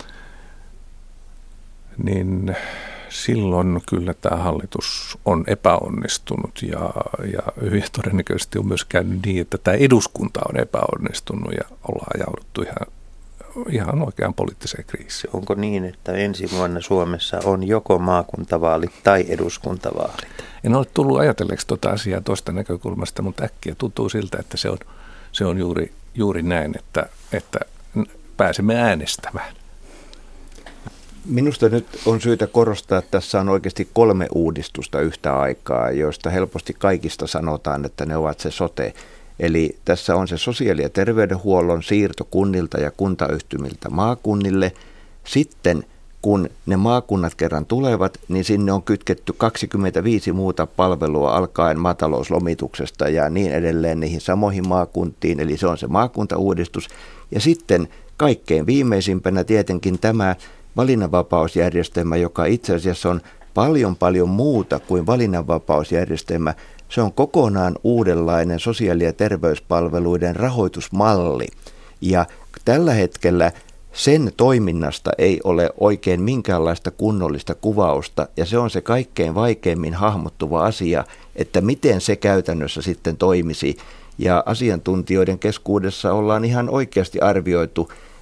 S2: niin silloin kyllä tämä hallitus on epäonnistunut ja, ja hyvin todennäköisesti on myös käynyt niin, että tämä eduskunta on epäonnistunut ja ollaan ajauduttu ihan, ihan oikeaan poliittiseen kriisiin.
S1: Onko niin, että ensi vuonna Suomessa on joko maakuntavaalit tai eduskuntavaalit?
S2: En ole tullut ajatelleeksi tuota asiaa tuosta näkökulmasta, mutta äkkiä tuntuu siltä, että se on, se on juuri, juuri näin, että, että pääsemme äänestämään.
S3: Minusta nyt on syytä korostaa, että tässä on oikeasti kolme uudistusta yhtä aikaa, joista helposti kaikista sanotaan, että ne ovat se sote. Eli tässä on se sosiaali- ja terveydenhuollon siirto kunnilta ja kuntayhtymiltä maakunnille. Sitten kun ne maakunnat kerran tulevat, niin sinne on kytketty kaksikymmentäviisi muuta palvelua alkaen maatalouslomituksesta ja niin edelleen niihin samoihin maakuntiin. Eli se on se maakuntauudistus. Ja sitten kaikkein viimeisimpänä tietenkin tämä valinnanvapausjärjestelmä, joka itse asiassa on paljon paljon muuta kuin valinnanvapausjärjestelmä. Se on kokonaan uudenlainen sosiaali- ja terveyspalveluiden rahoitusmalli. Ja tällä hetkellä sen toiminnasta ei ole oikein minkäänlaista kunnollista kuvausta, ja se on se kaikkein vaikeimmin hahmottuva asia, että miten se käytännössä sitten toimisi. Ja asiantuntijoiden keskuudessa ollaan ihan oikeasti arvioitu,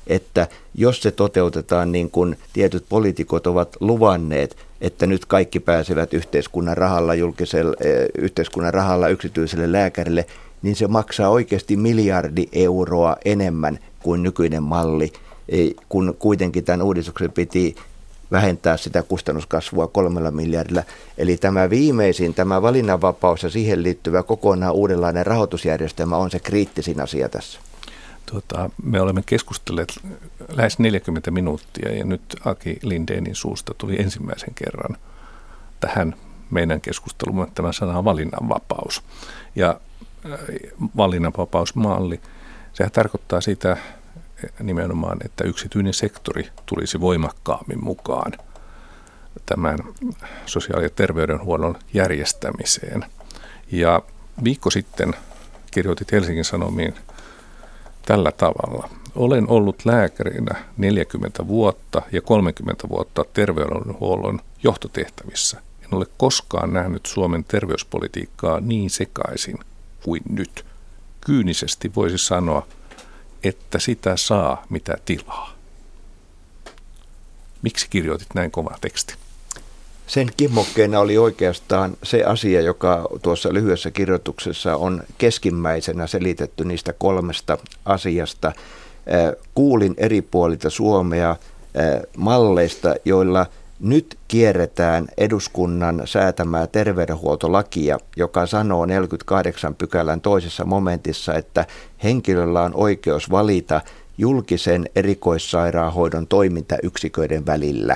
S3: että jos se toteutetaan niin kuin tietyt poliitikot ovat luvanneet, että nyt kaikki pääsevät yhteiskunnan rahalla, julkiselle, yhteiskunnan rahalla yksityiselle lääkärille, niin se maksaa oikeasti miljardi euroa enemmän kuin nykyinen malli, kun kuitenkin tämän uudistuksen piti vähentää sitä kustannuskasvua kolmella miljardilla. Eli tämä viimeisin, tämä valinnanvapaus ja siihen liittyvä kokonaan uudenlainen rahoitusjärjestelmä on se kriittisin asia tässä.
S2: Tuota, me olemme keskustelleet lähes neljäkymmentä minuuttia ja nyt Aki Lindénin suusta tuli ensimmäisen kerran tähän meidän keskusteluun tämä sana valinnanvapaus. Ja valinnanvapausmalli, sehän tarkoittaa sitä nimenomaan, että yksityinen sektori tulisi voimakkaammin mukaan tämän sosiaali- ja terveydenhuollon järjestämiseen. Ja viikko sitten kirjoitit Helsingin Sanomiin tällä tavalla. Olen ollut lääkärinä neljäkymmentä vuotta ja kolmekymmentä vuotta terveydenhuollon johtotehtävissä. En ole koskaan nähnyt Suomen terveyspolitiikkaa niin sekaisin kuin nyt. Kyynisesti voisi sanoa, että sitä saa mitä tilaa. Miksi kirjoitit näin kova teksti?
S3: Sen kimmokkeena oli oikeastaan se asia, joka tuossa lyhyessä kirjoituksessa on keskimmäisenä selitetty niistä kolmesta asiasta. Kuulin eri puolilta Suomea malleista, joilla nyt kierretään eduskunnan säätämää terveydenhuoltolakia, joka sanoo neljänkymmenenkahdeksan pykälän toisessa momentissa, että henkilöllä on oikeus valita julkisen erikoissairaanhoidon toimintayksiköiden välillä,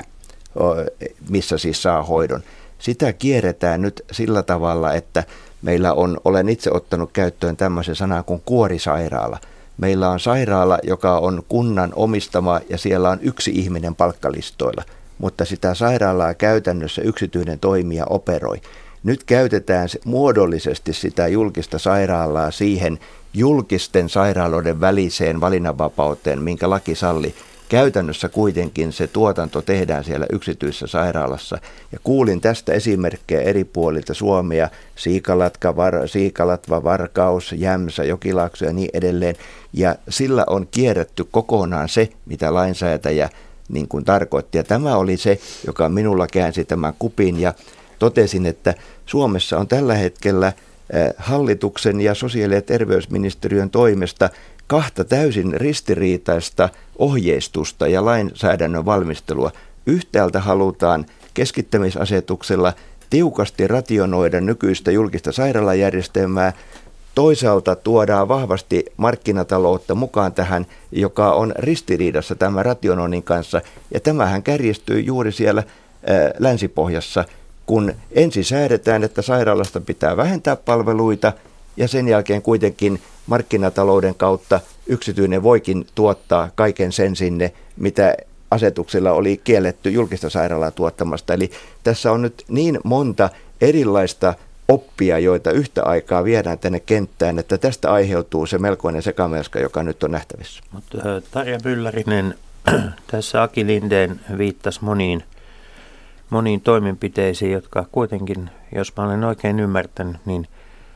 S3: missä siis saa hoidon. Sitä kierretään nyt sillä tavalla, että meillä on, olen itse ottanut käyttöön tämmöisen sanan kuin kuorisairaala. Meillä on sairaala, joka on kunnan omistama ja siellä on yksi ihminen palkkalistoilla, mutta sitä sairaalaa käytännössä yksityinen toimija operoi. Nyt käytetään muodollisesti sitä julkista sairaalaa siihen julkisten sairaaloiden väliseen valinnanvapauteen, minkä laki salli. Käytännössä kuitenkin se tuotanto tehdään siellä yksityisessä sairaalassa. Ja kuulin tästä esimerkkejä eri puolilta Suomea, Siikalatka, Var, Siikalatva, Varkaus, Jämsä, Jokilaakso ja niin edelleen. Ja sillä on kierretty kokonaan se, mitä lainsäätäjä niin kuin tarkoitti. Ja tämä oli se, joka minulla käänsi tämän kupin ja totesin, että Suomessa on tällä hetkellä hallituksen ja sosiaali- ja terveysministeriön toimesta kahta täysin ristiriitaista ohjeistusta ja lainsäädännön valmistelua. Yhtäältä halutaan keskittämisasetuksella tiukasti rationoida nykyistä julkista sairaalajärjestelmää, toisaalta tuodaan vahvasti markkinataloutta mukaan tähän, joka on ristiriidassa tämän rationoinnin kanssa, ja tämähän kärjistyy juuri siellä ää, Länsi-Pohjassa, kun ensin säädetään, että sairaalasta pitää vähentää palveluita, ja sen jälkeen kuitenkin markkinatalouden kautta yksityinen voikin tuottaa kaiken sen sinne, mitä asetuksella oli kielletty julkista sairaalaa tuottamasta. Eli tässä on nyt niin monta erilaista oppia, joita yhtä aikaa viedään tänne kenttään, että tästä aiheutuu se melkoinen sekamelska, joka nyt on nähtävissä.
S1: Mutta Tarja Myllärinen, tässä Aki Lindén viittasi moniin, moniin toimenpiteisiin, jotka kuitenkin, jos mä olen oikein ymmärtänyt, niin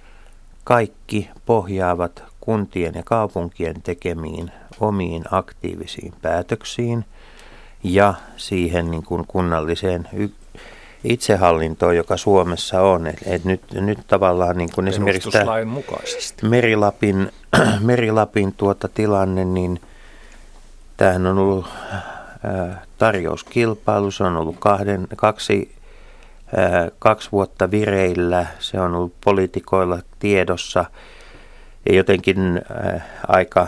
S1: kaikki pohjaavat kuntien ja kaupunkien tekemiin omiin aktiivisiin päätöksiin ja siihen niin kuin kunnalliseen y- itsehallintoon, joka Suomessa on. Et, et nyt, nyt tavallaan niin kuin esimerkiksi tämä Merilapin, Merilapin tuota tilanne, niin tämähän on ollut ää, tarjouskilpailu, se on ollut kahden, kaksi, ää, kaksi vuotta vireillä, se on ollut poliitikoilla tiedossa ja jotenkin ää, aika,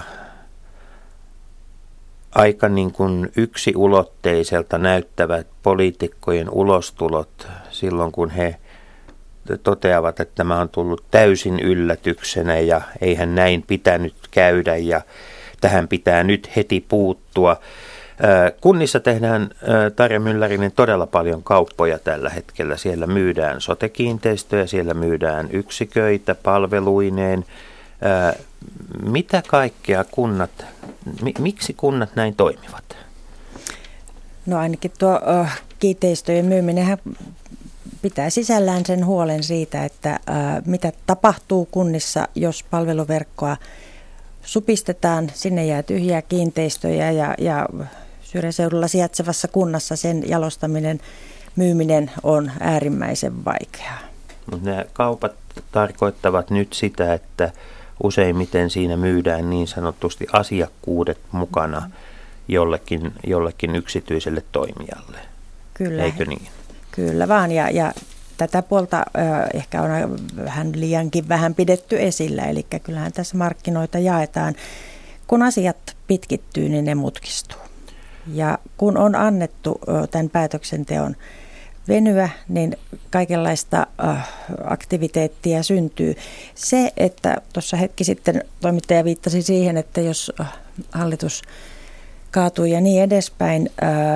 S1: aika niin kuin yksiulotteiselta näyttävät poliitikkojen ulostulot silloin, kun he toteavat, että tämä on tullut täysin yllätyksenä ja eihän näin pitänyt käydä ja tähän pitää nyt heti puuttua. Kunnissa tehdään, Tarja Myllärinen, todella paljon kauppoja tällä hetkellä. Siellä myydään sote-kiinteistöjä, siellä myydään yksiköitä palveluineen. Mitä kaikkea kunnat, miksi kunnat näin toimivat?
S4: No ainakin tuo kiinteistöjen myyminenhän pitää sisällään sen huolen siitä, että mitä tapahtuu kunnissa, jos palveluverkkoa supistetaan, sinne jää tyhjiä kiinteistöjä ja, ja syrjäseudulla sijaitsevassa kunnassa sen jalostaminen, myyminen on äärimmäisen vaikeaa.
S1: Nämä kaupat tarkoittavat nyt sitä, että useimmiten siinä myydään niin sanotusti asiakkuudet mukana jollekin, jollekin yksityiselle toimijalle.
S4: Kyllä.
S1: Eikö niin?
S4: Kyllä vaan, ja, ja tätä puolta äh, ehkä on vähän liiankin vähän pidetty esillä, eli kyllähän tässä markkinoita jaetaan. Kun asiat pitkittyy, niin ne mutkistuu. Ja kun on annettu äh, tämän päätöksenteon venyä, niin kaikenlaista äh, aktiviteettia syntyy. Se, että tuossa hetki sitten toimittaja viittasi siihen, että jos äh, hallitus kaatuu ja niin edespäin,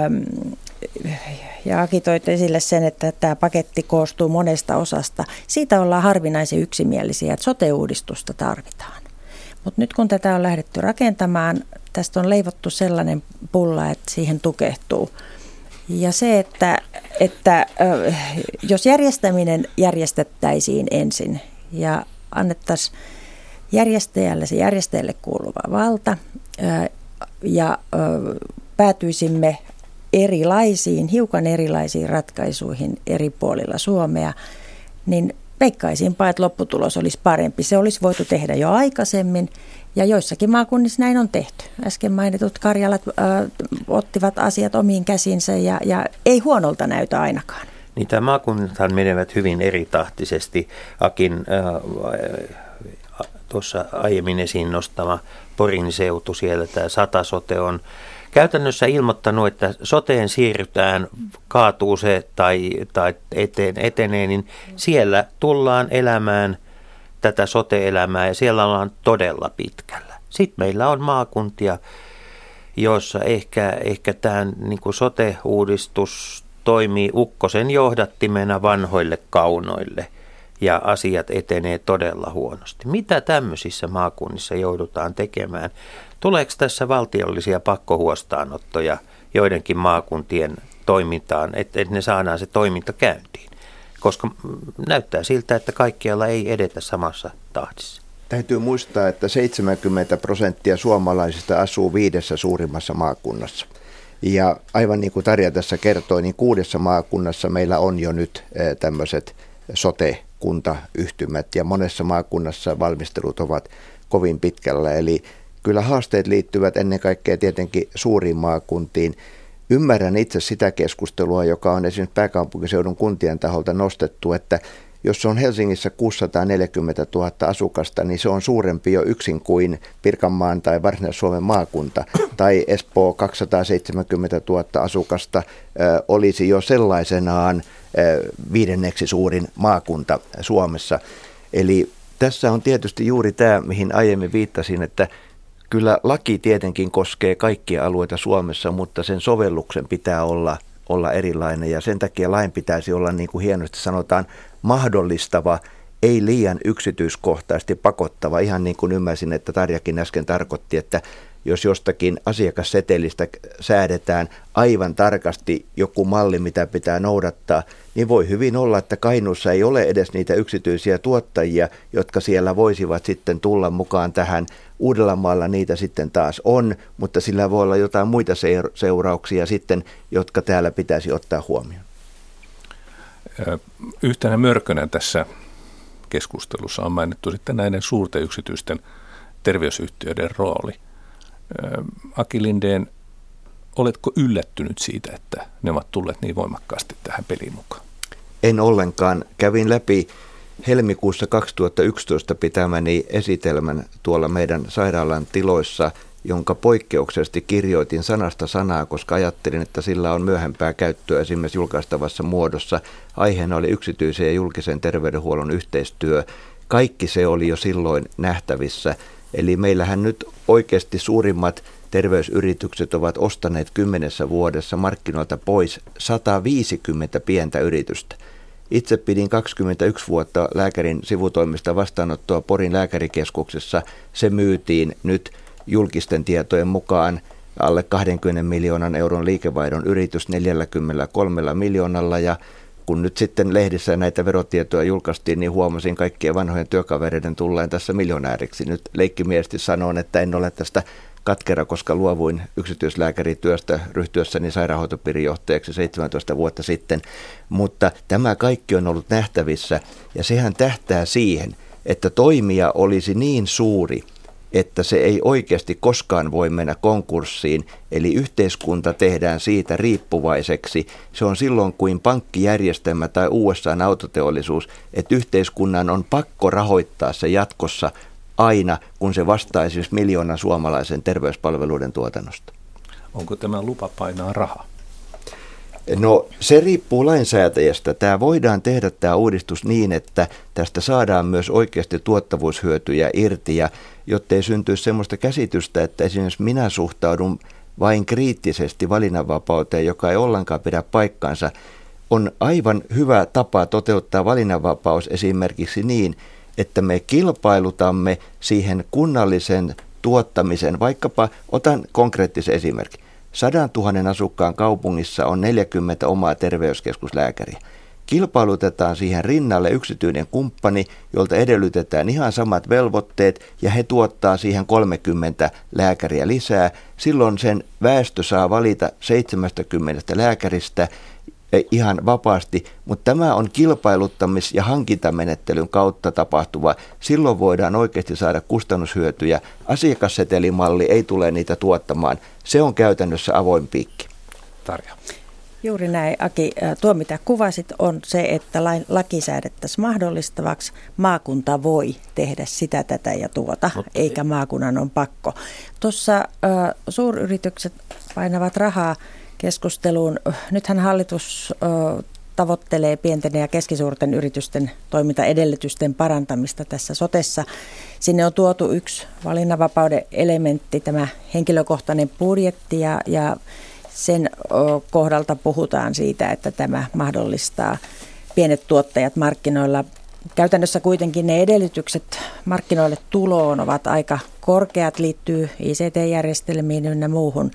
S4: äh, ja agitoit esille sen, että tämä paketti koostuu monesta osasta. Siitä ollaan harvinaisen yksimielisiä, että sote-uudistusta tarvitaan. Mutta nyt kun tätä on lähdetty rakentamaan, tästä on leivottu sellainen pulla, että siihen tukehtuu. Ja se, että, että jos järjestäminen järjestettäisiin ensin ja annettaisiin järjestäjälle se järjestäjälle kuuluva valta ja päätyisimme erilaisiin, hiukan erilaisiin ratkaisuihin eri puolilla Suomea, niin veikkaisinpa, että lopputulos olisi parempi. Se olisi voitu tehdä jo aikaisemmin ja joissakin maakunnissa näin on tehty. Äsken mainitut Karjalat äh, ottivat asiat omiin käsinsä ja, ja ei huonolta näytä ainakaan.
S1: Niin, tämä maakunnathan menevät hyvin eritahtisesti. Akin äh, tuossa aiemmin esiin nostama Porin seutu, siellä tämä Satasote on käytännössä ilmoittanut, että soteen siirrytään, kaatuu se tai, tai eteen, etenee, niin siellä tullaan elämään tätä sote-elämää ja siellä ollaan todella pitkällä. Sitten meillä on maakuntia, joissa ehkä, ehkä tämä niin kuin sote-uudistus toimii ukkosen johdattimena vanhoille kaunoille ja asiat etenee todella huonosti. Mitä tämmöisissä maakunnissa joudutaan tekemään? Tuleeko tässä valtiollisia pakkohuostaanottoja joidenkin maakuntien toimintaan, että ne saadaan se toiminta käyntiin? Koska näyttää siltä, että kaikkialla ei edetä samassa tahdissa.
S3: Täytyy muistaa, että seitsemänkymmentä prosenttia suomalaisista asuu viidessä suurimmassa maakunnassa. Ja aivan niin kuin Tarja tässä kertoi, niin kuudessa maakunnassa meillä on jo nyt tämmöiset sote-kuntayhtymät ja monessa maakunnassa valmistelut ovat kovin pitkällä. Eli kyllä haasteet liittyvät ennen kaikkea tietenkin suuriin maakuntiin. Ymmärrän itse sitä keskustelua, joka on esimerkiksi pääkaupunkiseudun kuntien taholta nostettu, että jos on Helsingissä kuusisataaneljäkymmentätuhatta asukasta, niin se on suurempi jo yksin kuin Pirkanmaan tai Varsinais-Suomen maakunta. Tai Espoo kaksisataaseitsemänkymmentätuhatta asukasta ö, olisi jo sellaisenaan ö, viidenneksi suurin maakunta Suomessa. Eli tässä on tietysti juuri tämä, mihin aiemmin viittasin, että kyllä laki tietenkin koskee kaikkia alueita Suomessa, mutta sen sovelluksen pitää olla, olla erilainen ja sen takia lain pitäisi olla, niin kuin hienosti sanotaan, mahdollistava, ei liian yksityiskohtaisesti pakottava. Ihan niin kuin ymmärsin, että Tarjakin äsken tarkoitti, että jos jostakin asiakassetelistä säädetään aivan tarkasti joku malli, mitä pitää noudattaa, niin voi hyvin olla, että Kainuussa ei ole edes niitä yksityisiä tuottajia, jotka siellä voisivat sitten tulla mukaan tähän. Uudellamaalla niitä sitten taas on, mutta sillä voi olla jotain muita seurauksia sitten, jotka täällä pitäisi ottaa huomioon.
S2: Yhtenä mörkönä tässä keskustelussa on mainittu sitten näiden suurten yksityisten terveysyhtiöiden rooli. Aki Lindén, oletko yllättynyt siitä, että ne ovat tulleet niin voimakkaasti tähän peliin mukaan?
S3: En ollenkaan. Kävin läpi helmikuussa kaksituhattayksitoista pitämäni esitelmän tuolla meidän sairaalan tiloissa, jonka poikkeuksellisesti kirjoitin sanasta sanaa, koska ajattelin, että sillä on myöhempää käyttöä esimerkiksi julkaistavassa muodossa. Aiheena oli yksityisen ja julkisen terveydenhuollon yhteistyö. Kaikki se oli jo silloin nähtävissä. Eli meillähän nyt oikeasti suurimmat terveysyritykset ovat ostaneet kymmenessä vuodessa markkinoilta pois sata viisikymmentä pientä yritystä. Itse pidin kaksikymmentäyksi vuotta lääkärin sivutoimista vastaanottoa Porin lääkärikeskuksessa. Se myytiin nyt julkisten tietojen mukaan alle kaksikymmentä miljoonan euron liikevaihdon yritys neljäkymmentäkolme miljoonalla ja kun nyt sitten lehdissä näitä verotietoja julkaistiin, niin huomasin kaikkien vanhojen työkavereiden tulleen tässä miljonääriksi. Nyt leikkimielisesti sanon, että en ole tästä katkera, koska luovuin yksityislääkärityöstä ryhtyessäni sairaanhoitopiirijohtajaksi seitsemäntoista vuotta sitten. Mutta tämä kaikki on ollut nähtävissä ja sehän tähtää siihen, että toimija olisi niin suuri, että se ei oikeasti koskaan voi mennä konkurssiin, eli yhteiskunta tehdään siitä riippuvaiseksi. Se on silloin kuin pankkijärjestelmä tai U S A:n autoteollisuus, että yhteiskunnan on pakko rahoittaa se jatkossa aina, kun se vastaa esimerkiksi miljoonan suomalaisen terveyspalveluiden tuotannosta.
S2: Onko tämä lupa painaa rahaa?
S3: No se riippuu lainsäätäjästä. Tämä voidaan tehdä tämä uudistus niin, että tästä saadaan myös oikeasti tuottavuushyötyjä irti ja jottei syntyisi sellaista käsitystä, että esimerkiksi minä suhtaudun vain kriittisesti valinnanvapauteen, joka ei ollenkaan pidä paikkaansa. On aivan hyvä tapa toteuttaa valinnanvapaus esimerkiksi niin, että me kilpailutamme siihen kunnallisen tuottamisen, vaikkapa otan konkreettisen esimerkin. Sadan tuhannen asukkaan kaupungissa on neljäkymmentä omaa terveyskeskuslääkäriä. Kilpailutetaan siihen rinnalle yksityinen kumppani, jolta edellytetään ihan samat velvoitteet ja he tuottaa siihen kolmekymmentä lääkäriä lisää. Silloin sen väestö saa valita seitsemänkymmentä lääkäristä ihan vapaasti, mutta tämä on kilpailuttamis- ja hankintamenettelyn kautta tapahtuva. Silloin voidaan oikeasti saada kustannushyötyjä. Asiakassetelimalli ei tule niitä tuottamaan. Se on käytännössä avoin piikki.
S2: Tarja.
S4: Juuri näin, Aki. Tuo, mitä kuvasit, on se, että lain, laki säädettäisiin mahdollistavaksi. Maakunta voi tehdä sitä, tätä ja tuota, Mut eikä maakunnan on pakko. Tuossa äh, suuryritykset painavat rahaa keskusteluun. Nythän hallitus ö, tavoittelee pienten ja keskisuurten yritysten toimintaedellytysten parantamista tässä sotessa. Sinne on tuotu yksi valinnanvapauden elementti, tämä henkilökohtainen budjetti ja, ja sen ö, kohdalta puhutaan siitä, että tämä mahdollistaa pienet tuottajat markkinoilla. Käytännössä kuitenkin ne edellytykset markkinoille tuloon ovat aika korkeat, liittyy I C T-järjestelmiin ynnä muuhun.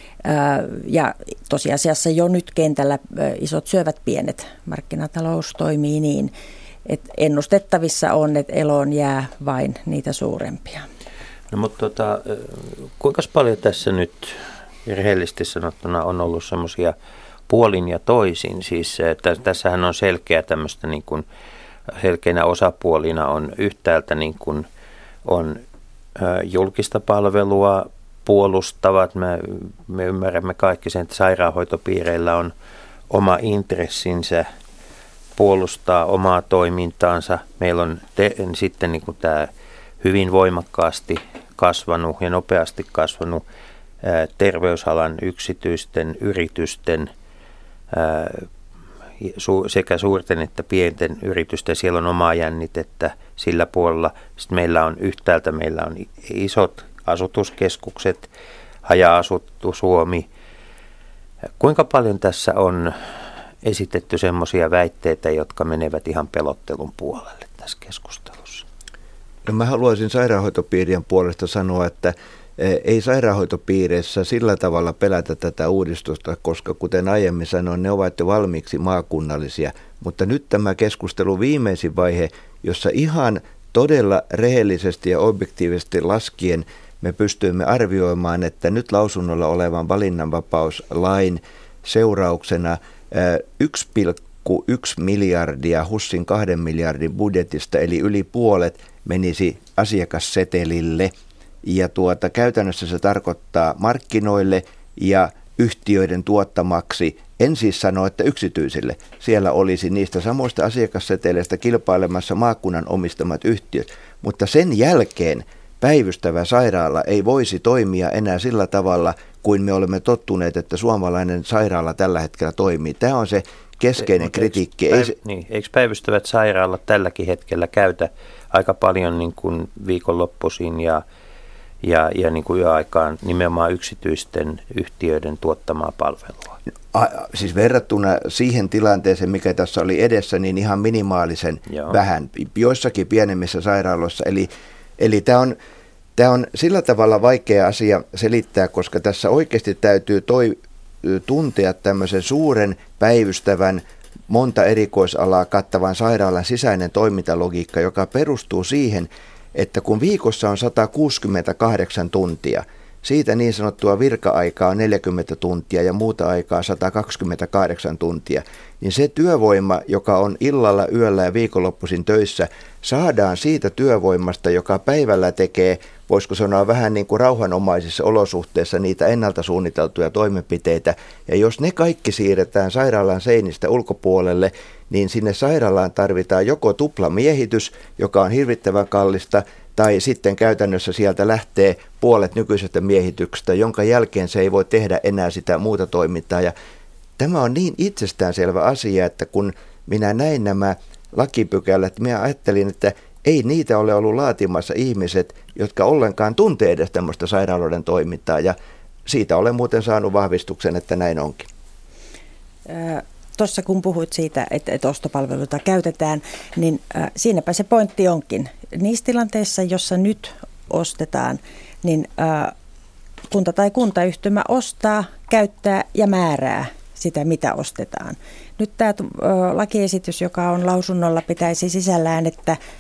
S4: Ja tosiasiassa jo nyt kentällä isot syövät pienet. Markkinatalous toimii niin, että ennustettavissa on, että eloon jää vain niitä suurempia.
S1: No mutta tota, kuinka paljon tässä nyt rehellisesti sanottuna on ollut semmoisia puolin ja toisin? Siis että tässähän on selkeä tämmöistä niin kuin, selkeänä osapuolina on yhtäältä niin kuin on julkista palvelua puolustavat. Me, me ymmärrämme kaikki sen, että sairaanhoitopiireillä on oma intressinsä puolustaa omaa toimintaansa. Meillä on te, sitten niin kuin tämä hyvin voimakkaasti kasvanut ja nopeasti kasvanut ää, terveysalan yksityisten yritysten ää, su, sekä suurten että pienten yritysten. Siellä on omaa jännitettä sillä puolella. Sitten meillä on yhtäältä meillä on isot asutuskeskukset, haja-asuttu Suomi. Kuinka paljon tässä on esitetty semmoisia väitteitä, jotka menevät ihan pelottelun puolelle tässä keskustelussa?
S3: No mä haluaisin sairaanhoitopiirien puolesta sanoa, että ei sairaanhoitopiireissä sillä tavalla pelätä tätä uudistusta, koska kuten aiemmin sanoin, ne ovat jo valmiiksi maakunnallisia. Mutta nyt tämä keskustelu viimeisin vaihe, jossa ihan todella rehellisesti ja objektiivisesti laskien me pystyimme arvioimaan, että nyt lausunnolla olevan valinnanvapauslain seurauksena yksi pilkku yksi miljardia HUSin kahden miljardin budjetista, eli yli puolet menisi asiakassetelille. Ja tuota, käytännössä se tarkoittaa markkinoille ja yhtiöiden tuottamaksi. En siis sano, että yksityisille. Siellä olisi niistä samoista asiakasseteleistä kilpailemassa maakunnan omistamat yhtiöt, mutta sen jälkeen päivystävä sairaala ei voisi toimia enää sillä tavalla, kuin me olemme tottuneet, että suomalainen sairaala tällä hetkellä toimii. Tämä on se keskeinen
S1: e,
S3: kritiikki.
S1: Eikö, päiv-
S3: ei se...
S1: niin, eikö päivystävät sairaalat tälläkin hetkellä käytä aika paljon niin kuin viikonloppuisin ja, ja, ja niin kuin yöaikaan nimenomaan yksityisten yhtiöiden tuottamaa palvelua?
S3: A, siis verrattuna siihen tilanteeseen, mikä tässä oli edessä, niin ihan minimaalisen Joo. vähän. Joissakin pienemmissä sairaaloissa. Eli Eli tämä on, tämä on sillä tavalla vaikea asia selittää, koska tässä oikeasti täytyy toi, tuntea tämmöisen suuren päivystävän monta erikoisalaa kattavan sairaalan sisäinen toimintalogiikka, joka perustuu siihen, että kun viikossa on sata kuusikymmentäkahdeksan tuntia, siitä niin sanottua virka-aikaa on neljäkymmentä tuntia ja muuta aikaa sata kaksikymmentäkahdeksan tuntia, niin se työvoima, joka on illalla, yöllä ja viikonloppuisin töissä, saadaan siitä työvoimasta, joka päivällä tekee, voisiko sanoa vähän niin kuin rauhanomaisissa olosuhteissa niitä ennalta suunniteltuja toimenpiteitä. Ja jos ne kaikki siirretään sairaalan seinistä ulkopuolelle, niin sinne sairaalaan tarvitaan joko tuplamiehitys, joka on hirvittävän kallista, tai sitten käytännössä sieltä lähtee puolet nykyisestä miehityksestä, jonka jälkeen se ei voi tehdä enää sitä muuta toimintaa. Ja tämä on niin itsestäänselvä asia, että kun minä näin nämä lakipykälät, minä ajattelin, että ei niitä ole ollut laatimassa ihmiset, jotka ollenkaan tuntee edes tämmöistä sairaaloiden toimintaa. Ja siitä olen muuten saanut vahvistuksen, että näin onkin.
S4: Tuossa kun puhuit siitä, että, että ostopalveluita käytetään, niin äh, siinäpä se pointti onkin. Niissä tilanteissa, jossa nyt ostetaan, niin äh, kunta tai kuntayhtymä ostaa, käyttää ja määrää sitä, mitä ostetaan. Nyt tämä äh, lakiesitys, joka on lausunnolla, pitäisi sisällään, että äh,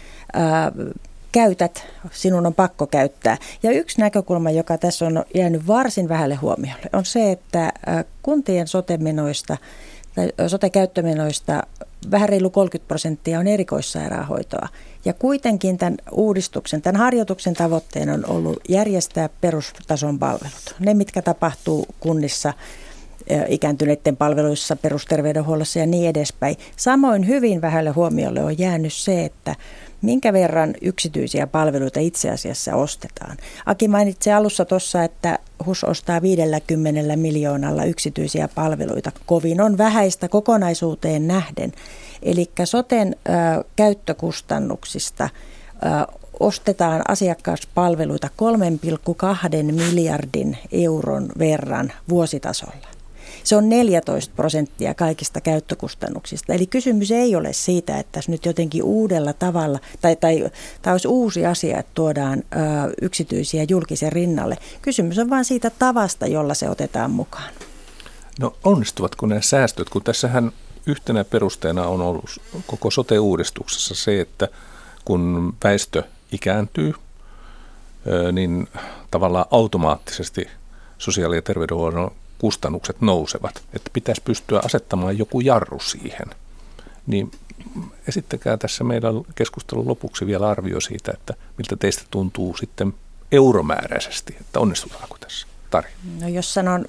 S4: käytät, sinun on pakko käyttää. Ja yksi näkökulma, joka tässä on jäänyt varsin vähälle huomiolle, on se, että äh, kuntien sote-menoista sote-käyttömenoista vähän reilu kolmekymmentä prosenttia on erikoissairaanhoitoa. Ja kuitenkin tämän uudistuksen, tämän harjoituksen tavoitteena on ollut järjestää perustason palvelut. Ne, mitkä tapahtuu kunnissa, ikääntyneiden palveluissa, perusterveydenhuollossa ja niin edespäin. Samoin hyvin vähälle huomiolle on jäänyt se, että minkä verran yksityisiä palveluita itse asiassa ostetaan. Aki mainitsi alussa tuossa, että H U S ostaa viidelläkymmenellä miljoonalla yksityisiä palveluita. Kovin on vähäistä kokonaisuuteen nähden. Eli soten ö, käyttökustannuksista ö, ostetaan asiakaspalveluita kolme pilkku kaksi miljardin euron verran vuositasolla. Se on neljätoista prosenttia kaikista käyttökustannuksista. Eli kysymys ei ole siitä, että tässä nyt jotenkin uudella tavalla, tai, tai tämä olisi uusi asia, että tuodaan ö, yksityisiä julkisen rinnalle. Kysymys on vain siitä tavasta, jolla se otetaan mukaan.
S2: No onnistuvatko nämä säästöt, kun tässähän yhtenä perusteena on ollut koko sote-uudistuksessa se, että kun väestö ikääntyy, niin tavallaan automaattisesti sosiaali- ja terveydenhuollon kustannukset nousevat, että pitäisi pystyä asettamaan joku jarru siihen. Niin esittäkää tässä meidän keskustelun lopuksi vielä arvio siitä, että miltä teistä tuntuu sitten euromääräisesti, että onnistutaanko tässä. Tarja.
S4: No jos sanon,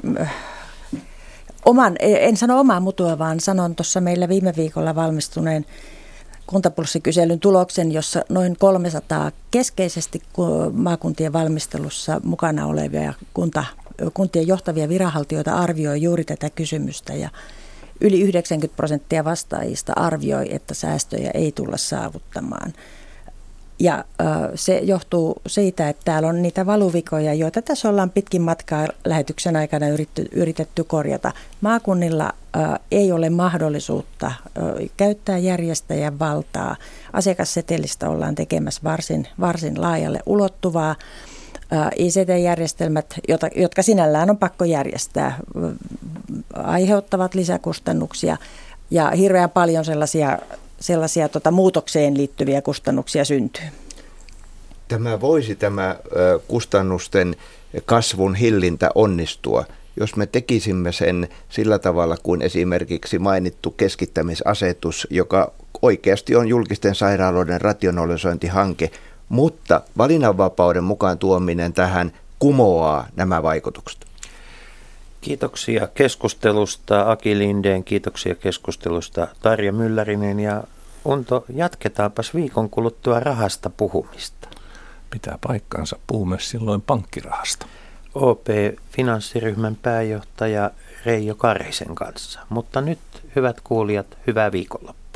S4: oman, en sano omaa mutua, vaan sanon tuossa meillä viime viikolla valmistuneen Kuntapulssikyselyn tuloksen, jossa noin kolmesataa keskeisesti maakuntien valmistelussa mukana olevia kunta, kuntien johtavia viranhaltijoita arvioi juuri tätä kysymystä ja yli yhdeksänkymmentä prosenttia vastaajista arvioi, että säästöjä ei tulla saavuttamaan. Ja äh, se johtuu siitä, että täällä on niitä valuvikoja, joita tässä ollaan pitkin matkaa lähetyksen aikana yritetty, yritetty korjata. Maakunnilla äh, ei ole mahdollisuutta äh, käyttää järjestäjän valtaa. Asiakassetelistä ollaan tekemässä varsin, varsin laajalle ulottuvaa. Äh, I C T-järjestelmät, jota, jotka sinällään on pakko järjestää, äh, aiheuttavat lisäkustannuksia ja hirveän paljon sellaisia sellaisia tota, muutokseen liittyviä kustannuksia syntyy.
S3: Tämä voisi tämä ö, kustannusten kasvun hillintä onnistua, jos me tekisimme sen sillä tavalla kuin esimerkiksi mainittu keskittämisasetus, joka oikeasti on julkisten sairaaloiden rationalisointihanke, mutta valinnanvapauden mukaan tuominen tähän kumoaa nämä vaikutukset.
S1: Kiitoksia keskustelusta Aki Lindén, kiitoksia keskustelusta Tarja Myllärinen ja Unto, jatketaanpas viikon kuluttua rahasta puhumista.
S2: Pitää paikkaansa, puhumme silloin pankkirahasta.
S1: O P-finanssiryhmän pääjohtaja Reijo Karhisen kanssa, mutta nyt hyvät kuulijat, hyvää viikonloppua.